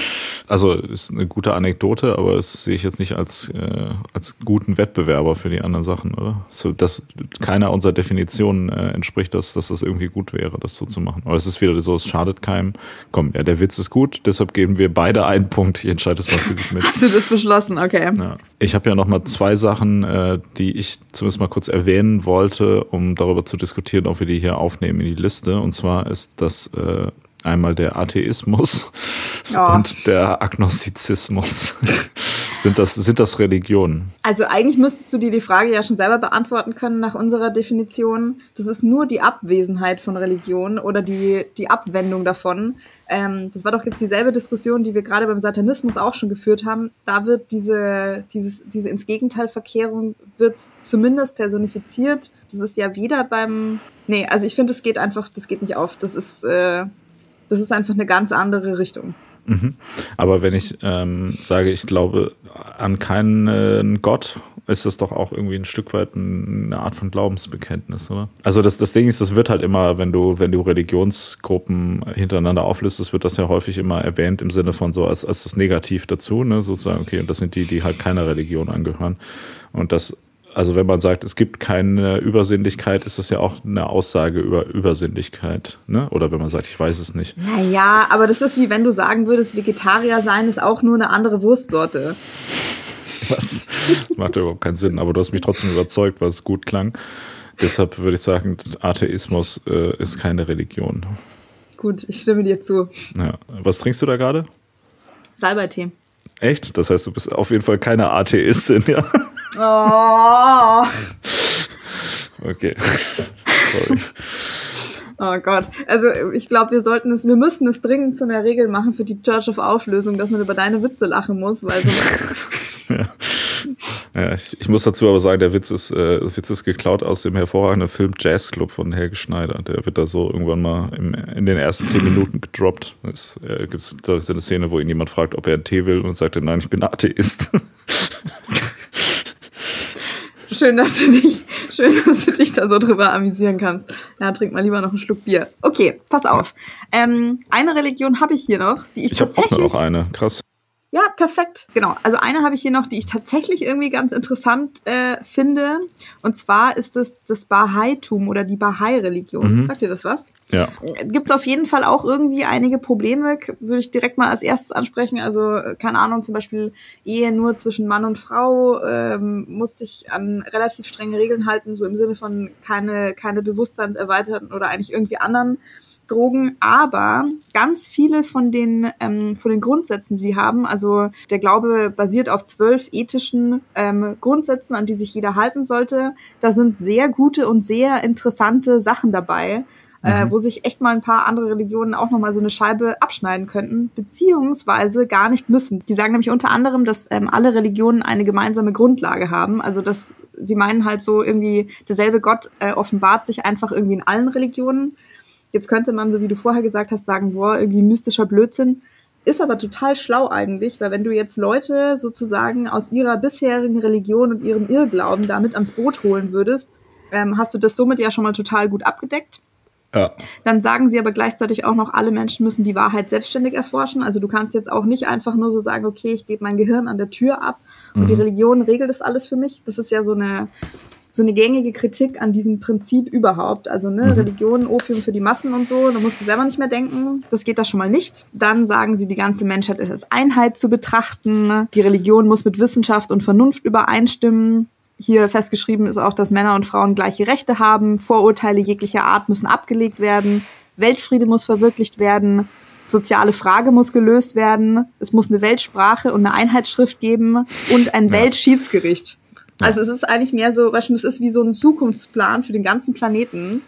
Also ist eine gute Anekdote, aber das sehe ich jetzt nicht als, äh, als guten Wettbewerber für die anderen Sachen, oder? So, dass keiner unserer Definitionen äh, entspricht, dass, dass das irgendwie gut wäre, das so zu machen. Aber es ist wieder so, es schadet keinem. Komm, ja, der Witz ist gut, deshalb geben wir beide einen Punkt. Ich entscheide das mal für dich mit. Hast du das beschlossen? Okay. Ja. Ich habe ja noch mal zwei Sachen, äh, die ich zumindest mal kurz erwähnen wollte, um darüber zu diskutieren, ob wir die hier aufnehmen in die Liste. Und zwar ist das äh, einmal der Atheismus oh. und der Agnostizismus. sind, das, sind das Religionen? Also eigentlich müsstest du dir die Frage ja schon selber beantworten können nach unserer Definition. Das ist nur die Abwesenheit von Religion oder die, die Abwendung davon. Ähm, das war doch jetzt dieselbe Diskussion, die wir gerade beim Satanismus auch schon geführt haben. Da wird diese, dieses, diese ins Gegenteil Verkehrung wird zumindest personifiziert. Das ist ja weder beim... Nee, also ich finde, das geht einfach, das geht nicht auf. Das ist... Äh, Das ist einfach eine ganz andere Richtung. Mhm. Aber wenn ich ähm, sage, ich glaube an keinen äh, Gott, ist das doch auch irgendwie ein Stück weit eine Art von Glaubensbekenntnis, oder? Also das, das Ding ist, das wird halt immer, wenn du, wenn du Religionsgruppen hintereinander auflistest, wird das ja häufig immer erwähnt im Sinne von so als, als das Negativ dazu, ne? Sozusagen, okay, und das sind die, die halt keiner Religion angehören. Und das Also wenn man sagt, es gibt keine Übersinnlichkeit, ist das ja auch eine Aussage über Übersinnlichkeit, ne? Oder wenn man sagt, ich weiß es nicht. Naja, aber das ist wie wenn du sagen würdest, Vegetarier sein ist auch nur eine andere Wurstsorte. Was? Das macht überhaupt keinen Sinn, aber du hast mich trotzdem überzeugt, weil es gut klang. Deshalb würde ich sagen, Atheismus äh, ist keine Religion. Gut, ich stimme dir zu. Ja. Was trinkst du da gerade? Salbeitee. Echt? Das heißt, du bist auf jeden Fall keine Atheistin, ja? Oh. Okay. Sorry. Oh Gott. Also ich glaube, wir sollten es, wir müssen es dringend zu einer Regel machen für die Church of Auflösung, dass man über deine Witze lachen muss, weil so. Ja. Ja, ich, ich muss dazu aber sagen, der Witz ist, äh, der Witz ist geklaut aus dem hervorragenden Film Jazz Club von Helge Schneider. Der wird da so irgendwann mal im, in den ersten zehn Minuten gedroppt. Es äh, gibt da ist eine Szene, wo ihn jemand fragt, ob er einen Tee will und sagt, nein, ich bin Atheist. Schön, dass du dich, schön, dass du dich da so drüber amüsieren kannst. Ja, trink mal lieber noch einen Schluck Bier. Okay, pass auf. Ähm, eine Religion habe ich hier noch, die ich, ich tatsächlich... Ich habe auch noch eine, krass. Ja, perfekt. Genau. Also eine habe ich hier noch, die ich tatsächlich irgendwie ganz interessant äh, finde. Und zwar ist es das Bahaitum oder die Bahai-Religion. Mhm. Sagt dir das was? Ja. Gibt es auf jeden Fall auch irgendwie einige Probleme, würde ich direkt mal als erstes ansprechen. Also, keine Ahnung, zum Beispiel Ehe nur zwischen Mann und Frau, ähm, musste ich an relativ strenge Regeln halten, so im Sinne von keine, keine bewusstseinserweiterten oder eigentlich irgendwie anderen Drogen, aber ganz viele von den ähm, von den Grundsätzen, die die haben, also der Glaube basiert auf zwölf ethischen ähm, Grundsätzen, an die sich jeder halten sollte. Da sind sehr gute und sehr interessante Sachen dabei, mhm. äh, wo sich echt mal ein paar andere Religionen auch nochmal so eine Scheibe abschneiden könnten, beziehungsweise gar nicht müssen. Die sagen nämlich unter anderem, dass ähm, alle Religionen eine gemeinsame Grundlage haben, also dass sie meinen halt so irgendwie, derselbe Gott äh, offenbart sich einfach irgendwie in allen Religionen. Jetzt könnte man, so wie du vorher gesagt hast, sagen, boah, irgendwie mystischer Blödsinn. Ist aber total schlau eigentlich, weil wenn du jetzt Leute sozusagen aus ihrer bisherigen Religion und ihrem Irrglauben damit ans Boot holen würdest, ähm, hast du das somit ja schon mal total gut abgedeckt. Ja. Dann sagen sie aber gleichzeitig auch noch, alle Menschen müssen die Wahrheit selbstständig erforschen. Also du kannst jetzt auch nicht einfach nur so sagen, okay, ich gebe mein Gehirn an der Tür ab und mhm. die Religion regelt das alles für mich. Das ist ja so eine... so eine gängige Kritik an diesem Prinzip überhaupt. Also ne, mhm. Religion, Opium für die Massen und so, da musst du selber nicht mehr denken. Das geht da schon mal nicht. Dann sagen sie, die ganze Menschheit ist als Einheit zu betrachten. Die Religion muss mit Wissenschaft und Vernunft übereinstimmen. Hier festgeschrieben ist auch, dass Männer und Frauen gleiche Rechte haben. Vorurteile jeglicher Art müssen abgelegt werden. Weltfriede muss verwirklicht werden. Soziale Frage muss gelöst werden. Es muss eine Weltsprache und eine Einheitsschrift geben und ein ja. Weltschiedsgericht. Also es ist eigentlich mehr so, weißt du, es ist wie so ein Zukunftsplan für den ganzen Planeten.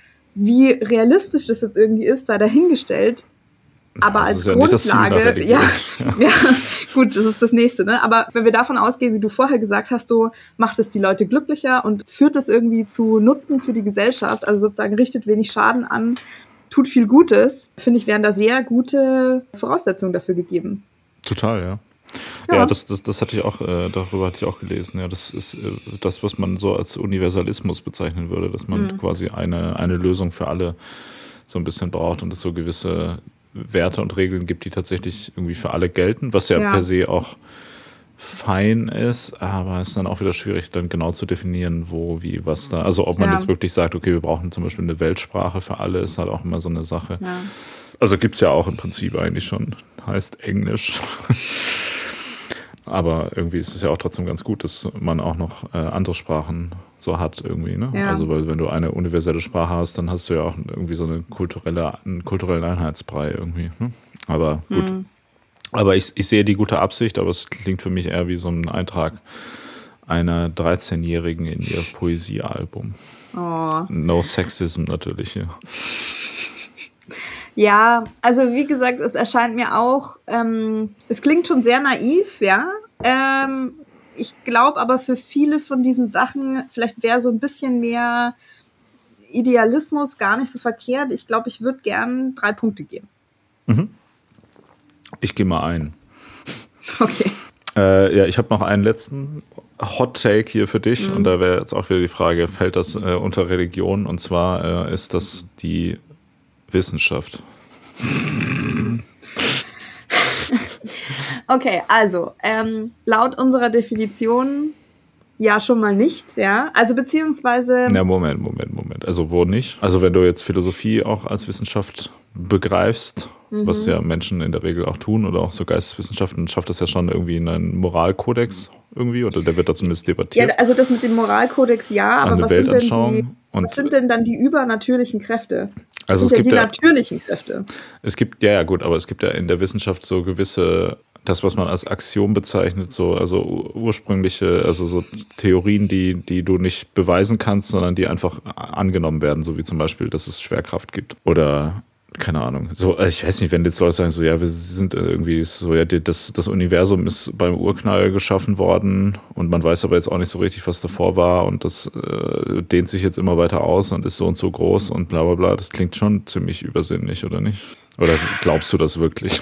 Wie realistisch das jetzt irgendwie ist, sei dahingestellt. Aber ja, als ja Grundlage, ja, ja, gut, das ist das Nächste, ne? Aber wenn wir davon ausgehen, wie du vorher gesagt hast, so macht es die Leute glücklicher und führt es irgendwie zu Nutzen für die Gesellschaft, also sozusagen richtet wenig Schaden an, tut viel Gutes, finde ich, wären da sehr gute Voraussetzungen dafür gegeben. Total, ja. Ja, ja das, das, das hatte ich auch, äh, darüber hatte ich auch gelesen. Ja, das ist äh, das, was man so als Universalismus bezeichnen würde, dass man mhm. quasi eine, eine Lösung für alle so ein bisschen braucht und es so gewisse Werte und Regeln gibt, die tatsächlich irgendwie für alle gelten, was ja, ja. per se auch fein ist, aber es ist dann auch wieder schwierig, dann genau zu definieren, wo, wie, was da, also ob man ja. jetzt wirklich sagt, okay, wir brauchen zum Beispiel eine Weltsprache für alle, ist halt auch immer so eine Sache. Ja. Also gibt's ja auch im Prinzip eigentlich schon, heißt Englisch. Aber irgendwie ist es ja auch trotzdem ganz gut, dass man auch noch äh, andere Sprachen so hat irgendwie, ne? Ja. Also weil wenn du eine universelle Sprache hast, dann hast du ja auch irgendwie so eine kulturelle, einen kulturellen Einheitsbrei irgendwie. Ne? Aber gut. Mhm. Aber ich, ich sehe die gute Absicht, aber es klingt für mich eher wie so ein Eintrag einer dreizehnjährigen in ihr Poesiealbum. Oh. No Sexism natürlich, ja. Ja, also wie gesagt, es erscheint mir auch, ähm, es klingt schon sehr naiv, ja. Ähm, ich glaube aber für viele von diesen Sachen, vielleicht wäre so ein bisschen mehr Idealismus gar nicht so verkehrt. Ich glaube, ich würde gern drei Punkte geben. Mhm. Ich gehe mal ein. Okay. Äh, ja, ich habe noch einen letzten Hot Take hier für dich. Mhm. Und da wäre jetzt auch wieder die Frage, fällt das äh, unter Religion? Und zwar äh, ist das die Wissenschaft. Okay, also ähm, laut unserer Definition ja schon mal nicht, ja. Also beziehungsweise... Ja, Moment, Moment, Moment. Also wo nicht? Also wenn du jetzt Philosophie auch als Wissenschaft begreifst, mhm. was ja Menschen in der Regel auch tun oder auch so Geisteswissenschaften, schafft das ja schon irgendwie einen Moralkodex irgendwie, oder der wird da zumindest debattiert. Ja, also das mit dem Moralkodex ja, aber was sind, denn die, was sind denn dann die übernatürlichen Kräfte? Das also sind es ja gibt die ja, natürlichen Kräfte. Es gibt, ja, ja gut, aber es gibt ja in der Wissenschaft so gewisse, das, was man als Axiom bezeichnet, so, also ursprüngliche, also so Theorien, die, die du nicht beweisen kannst, sondern die einfach angenommen werden, so wie zum Beispiel, dass es Schwerkraft gibt. Oder keine Ahnung. So, ich weiß nicht, wenn jetzt Leute sagen, so, ja, wir sind irgendwie so, ja, das, das Universum ist beim Urknall geschaffen worden und man weiß aber jetzt auch nicht so richtig, was davor war und das äh, dehnt sich jetzt immer weiter aus und ist so und so groß und bla bla bla. Das klingt schon ziemlich übersinnlich, oder nicht? Oder glaubst du das wirklich?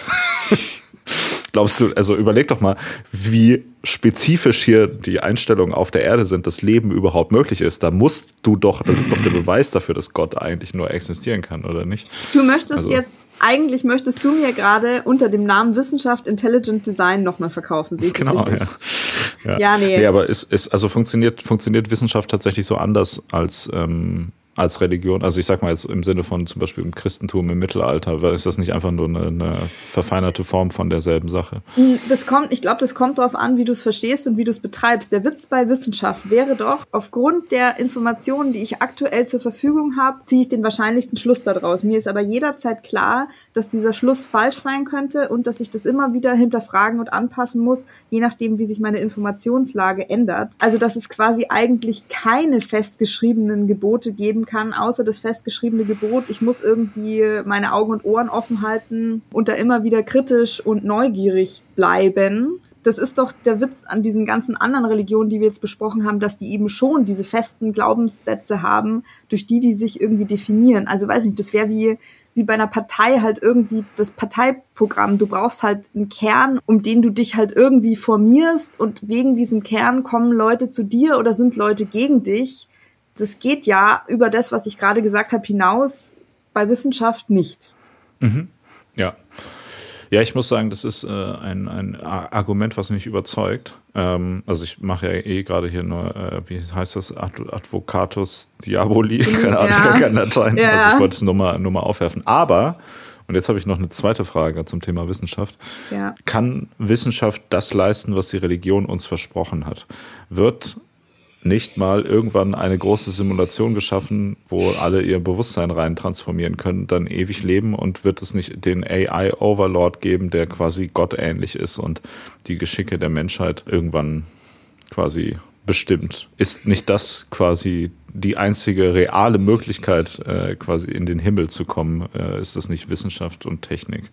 Glaubst du, also überleg doch mal, wie spezifisch hier die Einstellungen auf der Erde sind, dass Leben überhaupt möglich ist. Da musst du doch, das ist doch der Beweis dafür, dass Gott eigentlich nur existieren kann, oder nicht? Du möchtest also, jetzt, eigentlich möchtest du mir gerade unter dem Namen Wissenschaft Intelligent Design nochmal verkaufen, sehe ich genau, das richtig? Ja. Ja. ja, nee. Nee, aber ist, ist, also funktioniert, funktioniert Wissenschaft tatsächlich so anders als, ähm, als Religion? Also ich sag mal jetzt im Sinne von zum Beispiel im Christentum im Mittelalter, ist das nicht einfach nur eine, eine verfeinerte Form von derselben Sache? Das kommt, ich glaube, das kommt darauf an, wie du es verstehst und wie du es betreibst. Der Witz bei Wissenschaft wäre doch, aufgrund der Informationen, die ich aktuell zur Verfügung habe, ziehe ich den wahrscheinlichsten Schluss daraus. Mir ist aber jederzeit klar, dass dieser Schluss falsch sein könnte und dass ich das immer wieder hinterfragen und anpassen muss, je nachdem, wie sich meine Informationslage ändert. Also, dass es quasi eigentlich keine festgeschriebenen Gebote geben kann, außer das festgeschriebene Gebot, ich muss irgendwie meine Augen und Ohren offen halten und da immer wieder kritisch und neugierig bleiben. Das ist doch der Witz an diesen ganzen anderen Religionen, die wir jetzt besprochen haben, dass die eben schon diese festen Glaubenssätze haben, durch die die sich irgendwie definieren. Also weiß nicht, das wäre wie, wie bei einer Partei halt irgendwie das Parteiprogramm. Du brauchst halt einen Kern, um den du dich halt irgendwie formierst und wegen diesem Kern kommen Leute zu dir oder sind Leute gegen dich. Das geht ja über das, was ich gerade gesagt habe, hinaus bei Wissenschaft nicht. Mhm. Ja. Ja, ich muss sagen, das ist äh, ein, ein Argument, was mich überzeugt. Ähm, also ich mache ja eh gerade hier nur, äh, wie heißt das, Ad- Advocatus Diaboli, keine Ahnung, ja. kein Latein. Ja. Also ich wollte es nur mal, nur mal aufwerfen. Aber, und jetzt habe ich noch eine zweite Frage zum Thema Wissenschaft. Ja. Kann Wissenschaft das leisten, was die Religion uns versprochen hat? Wird nicht mal irgendwann eine große Simulation geschaffen, wo alle ihr Bewusstsein rein transformieren können, dann ewig leben und wird es nicht den A I-Overlord geben, der quasi gottähnlich ist und die Geschicke der Menschheit irgendwann quasi bestimmt? Ist nicht das quasi die einzige reale Möglichkeit, äh, quasi in den Himmel zu kommen? Äh, ist das nicht Wissenschaft und Technik?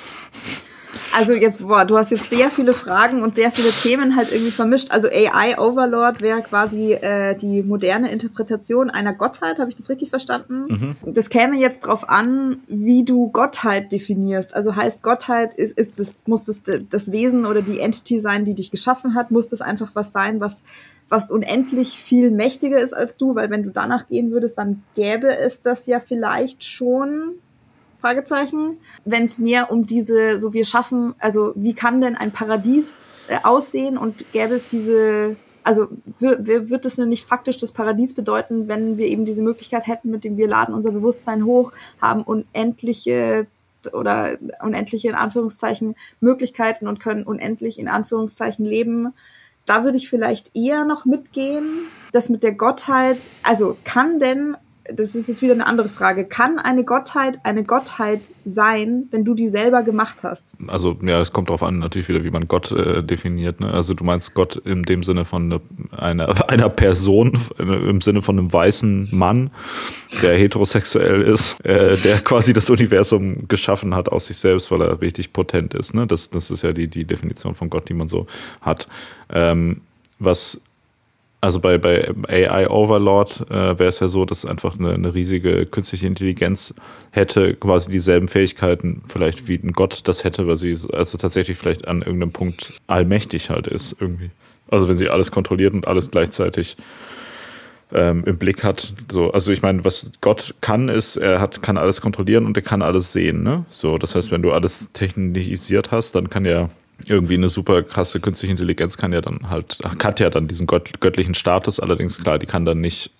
Also jetzt, boah, du hast jetzt sehr viele Fragen und sehr viele Themen halt irgendwie vermischt. Also A I-Overlord wäre quasi äh, die moderne Interpretation einer Gottheit, habe ich das richtig verstanden? Mhm. Das käme jetzt drauf an, wie du Gottheit definierst. Also heißt Gottheit, ist, ist es, muss es das Wesen oder die Entity sein, die dich geschaffen hat? Muss das einfach was sein, was was unendlich viel mächtiger ist als du? Weil wenn du danach gehen würdest, dann gäbe es das ja vielleicht schon... Fragezeichen. Wenn es mehr um diese, so wir schaffen, also wie kann denn ein Paradies äh, aussehen und gäbe es diese, also w- wird es denn nicht faktisch das Paradies bedeuten, wenn wir eben diese Möglichkeit hätten, mit dem wir laden unser Bewusstsein hoch, haben unendliche oder unendliche in Anführungszeichen Möglichkeiten und können unendlich in Anführungszeichen leben. Da würde ich vielleicht eher noch mitgehen. Das mit der Gottheit, also kann denn das ist jetzt wieder eine andere Frage. Kann eine Gottheit eine Gottheit sein, wenn du die selber gemacht hast? Also ja, es kommt darauf an, natürlich wieder, wie man Gott äh, definiert. Ne? Also du meinst Gott in dem Sinne von ne, einer, einer Person, im Sinne von einem weißen Mann, der heterosexuell ist, äh, der quasi das Universum geschaffen hat aus sich selbst, weil er richtig potent ist. Ne? Das, das ist ja die, die Definition von Gott, die man so hat. Ähm, was Also bei, bei A I-Overlord äh, wäre es ja so, dass einfach eine, eine riesige künstliche Intelligenz hätte quasi dieselben Fähigkeiten, vielleicht wie ein Gott das hätte, weil sie also tatsächlich vielleicht an irgendeinem Punkt allmächtig halt ist irgendwie. Also wenn sie alles kontrolliert und alles gleichzeitig ähm, im Blick hat. So, also ich meine, was Gott kann, ist, er hat, kann alles kontrollieren und er kann alles sehen. Ne? So, das heißt, wenn du alles technisiert hast, dann kann ja irgendwie eine super krasse künstliche Intelligenz kann ja dann halt, hat ja dann diesen gött, göttlichen Status, allerdings klar, die kann dann nicht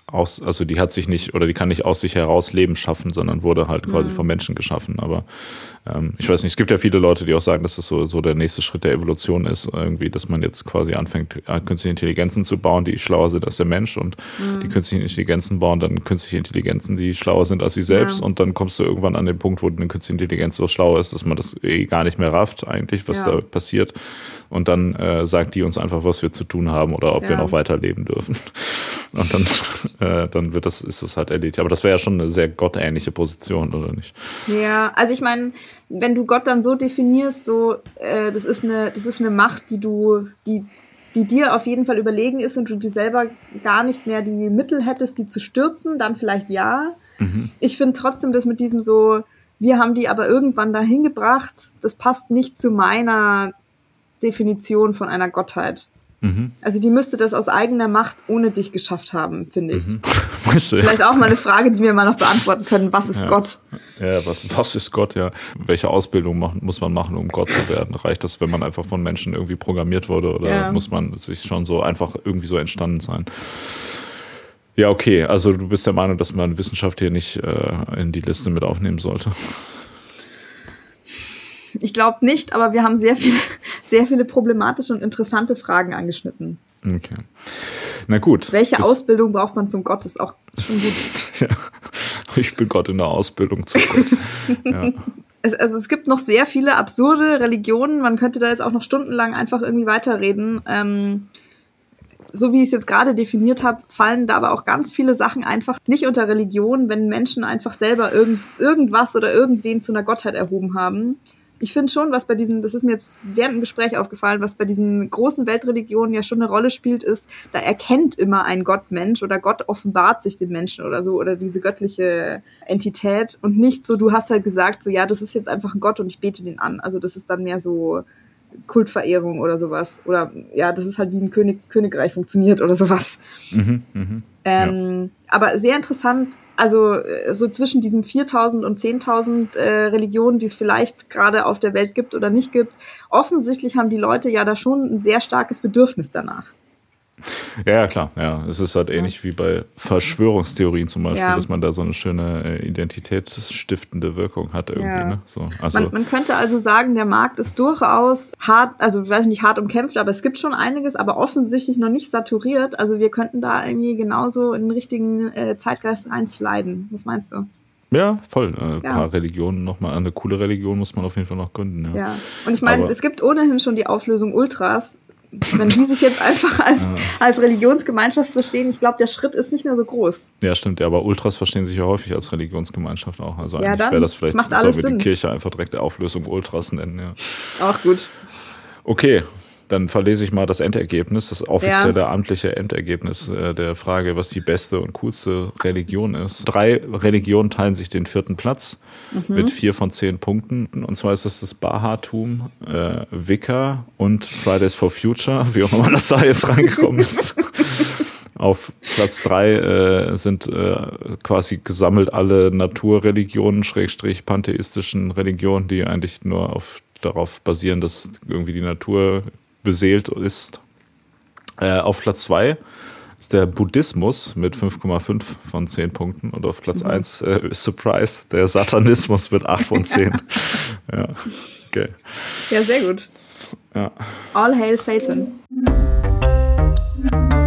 aus, also die hat sich nicht, oder die kann nicht aus sich heraus Leben schaffen, sondern wurde halt quasi Mhm. vom Menschen geschaffen. Aber ähm, ich weiß nicht, es gibt ja viele Leute, die auch sagen, dass das so, so der nächste Schritt der Evolution ist, irgendwie, dass man jetzt quasi anfängt, äh, künstliche Intelligenzen zu bauen, die schlauer sind als der Mensch, und Mhm. die künstlichen Intelligenzen bauen dann künstliche Intelligenzen, die schlauer sind als sie selbst, Ja. und dann kommst du irgendwann an den Punkt, wo eine künstliche Intelligenz so schlau ist, dass man das eh gar nicht mehr rafft eigentlich, was Ja. da passiert. Und dann äh, sagt die uns einfach, was wir zu tun haben oder ob Ja. wir noch weiterleben dürfen. Und dann, äh, dann wird das, ist das halt erledigt. Aber das wäre ja schon eine sehr gottähnliche Position, oder nicht? Ja, also ich meine, wenn du Gott dann so definierst, so, äh, das ist eine, das ist eine Macht, die du, die, die dir auf jeden Fall überlegen ist und du dir selber gar nicht mehr die Mittel hättest, die zu stürzen, dann vielleicht ja. Mhm. Ich finde trotzdem, dass mit diesem so, wir haben die aber irgendwann dahin gebracht, das passt nicht zu meiner Definition von einer Gottheit. Mhm. Also die müsste das aus eigener Macht ohne dich geschafft haben, finde ich. Mhm. Weißt du, Vielleicht auch mal eine Frage, die wir mal noch beantworten können. Was ist Ja. Gott? ja, was, was ist Gott, ja? Welche Ausbildung machen, muss man machen, um Gott zu werden? Reicht das, wenn man einfach von Menschen irgendwie programmiert wurde, oder Ja. muss man sich schon so einfach irgendwie so entstanden sein? Ja, okay, also du bist der Meinung, dass man Wissenschaft hier nicht äh, in die Liste mit aufnehmen sollte? Ich glaube nicht, aber wir haben sehr viele, sehr viele problematische und interessante Fragen angeschnitten. Okay. Na gut. Welche bis- Ausbildung braucht man zum Gott? Ist auch schon gut. Ja. Ich bin Gott in der Ausbildung zu Gott. Ja. Es, also es gibt noch sehr viele absurde Religionen. Man könnte da jetzt auch noch stundenlang einfach irgendwie weiterreden. Ähm, so wie ich es jetzt gerade definiert habe, fallen da aber auch ganz viele Sachen einfach nicht unter Religion, wenn Menschen einfach selber irgend, irgendwas oder irgendwen zu einer Gottheit erhoben haben. Ich finde schon, was bei diesen, das ist mir jetzt während dem Gespräch aufgefallen, was bei diesen großen Weltreligionen ja schon eine Rolle spielt, ist, da erkennt immer ein Gott Mensch oder Gott offenbart sich dem Menschen oder so oder diese göttliche Entität und nicht so, du hast halt gesagt, so ja, das ist jetzt einfach ein Gott und ich bete den an. Also das ist dann mehr so Kultverehrung oder sowas. Oder ja, das ist halt wie ein König, Königreich funktioniert oder sowas. Mhm, mhm. Ähm, aber sehr interessant, also äh, so zwischen diesen viertausend und zehntausend äh, Religionen, die es vielleicht gerade auf der Welt gibt oder nicht gibt, offensichtlich haben die Leute ja da schon ein sehr starkes Bedürfnis danach. Ja, ja, klar. Ja, es ist halt ähnlich wie bei Verschwörungstheorien zum Beispiel, Ja. dass man da so eine schöne äh, identitätsstiftende Wirkung hat irgendwie. Ja. Ne? So, also, Man, man könnte also sagen, der Markt ist durchaus hart, also ich weiß nicht, hart umkämpft, aber es gibt schon einiges, aber offensichtlich noch nicht saturiert. Also wir könnten da irgendwie genauso in den richtigen äh, Zeitgeist reinsliden. Was meinst du? ja, voll. Ein äh, Ja. paar Religionen nochmal. Eine coole Religion muss man auf jeden Fall noch gründen. Ja. Ja. Und ich meine, Aber- es gibt ohnehin schon die Auflösung Ultras. Wenn die sich jetzt einfach als, als Religionsgemeinschaft verstehen, ich glaube, der Schritt ist nicht mehr so groß. Ja, stimmt. Ja, aber Ultras verstehen sich ja häufig als Religionsgemeinschaft auch. Also Ja, eigentlich dann. wäre das Das vielleicht, macht sollen alles wir Sinn. die Kirche einfach direkt der Auflösung Ultras nennen. Ja. Auch gut. Okay, dann verlese ich mal das Endergebnis, das offizielle amtliche Endergebnis äh, der Frage, was die beste und coolste Religion ist. Drei Religionen teilen sich den vierten Platz mit vier von zehn Punkten. Und zwar ist das das Bahatum, äh, Wicca und Fridays for Future, wie auch immer das da jetzt reingekommen ist. Auf Platz drei äh, sind äh, quasi gesammelt alle Naturreligionen, Schrägstrich pantheistischen Religionen, die eigentlich nur auf, darauf basieren, dass irgendwie die Natur beseelt ist. Äh, auf Platz zwei ist der Buddhismus mit fünf Komma fünf von zehn Punkten und auf Platz eins, äh, Surprise, der Satanismus mit acht von zehn. Ja, okay. Ja, sehr gut. Ja. All hail Satan.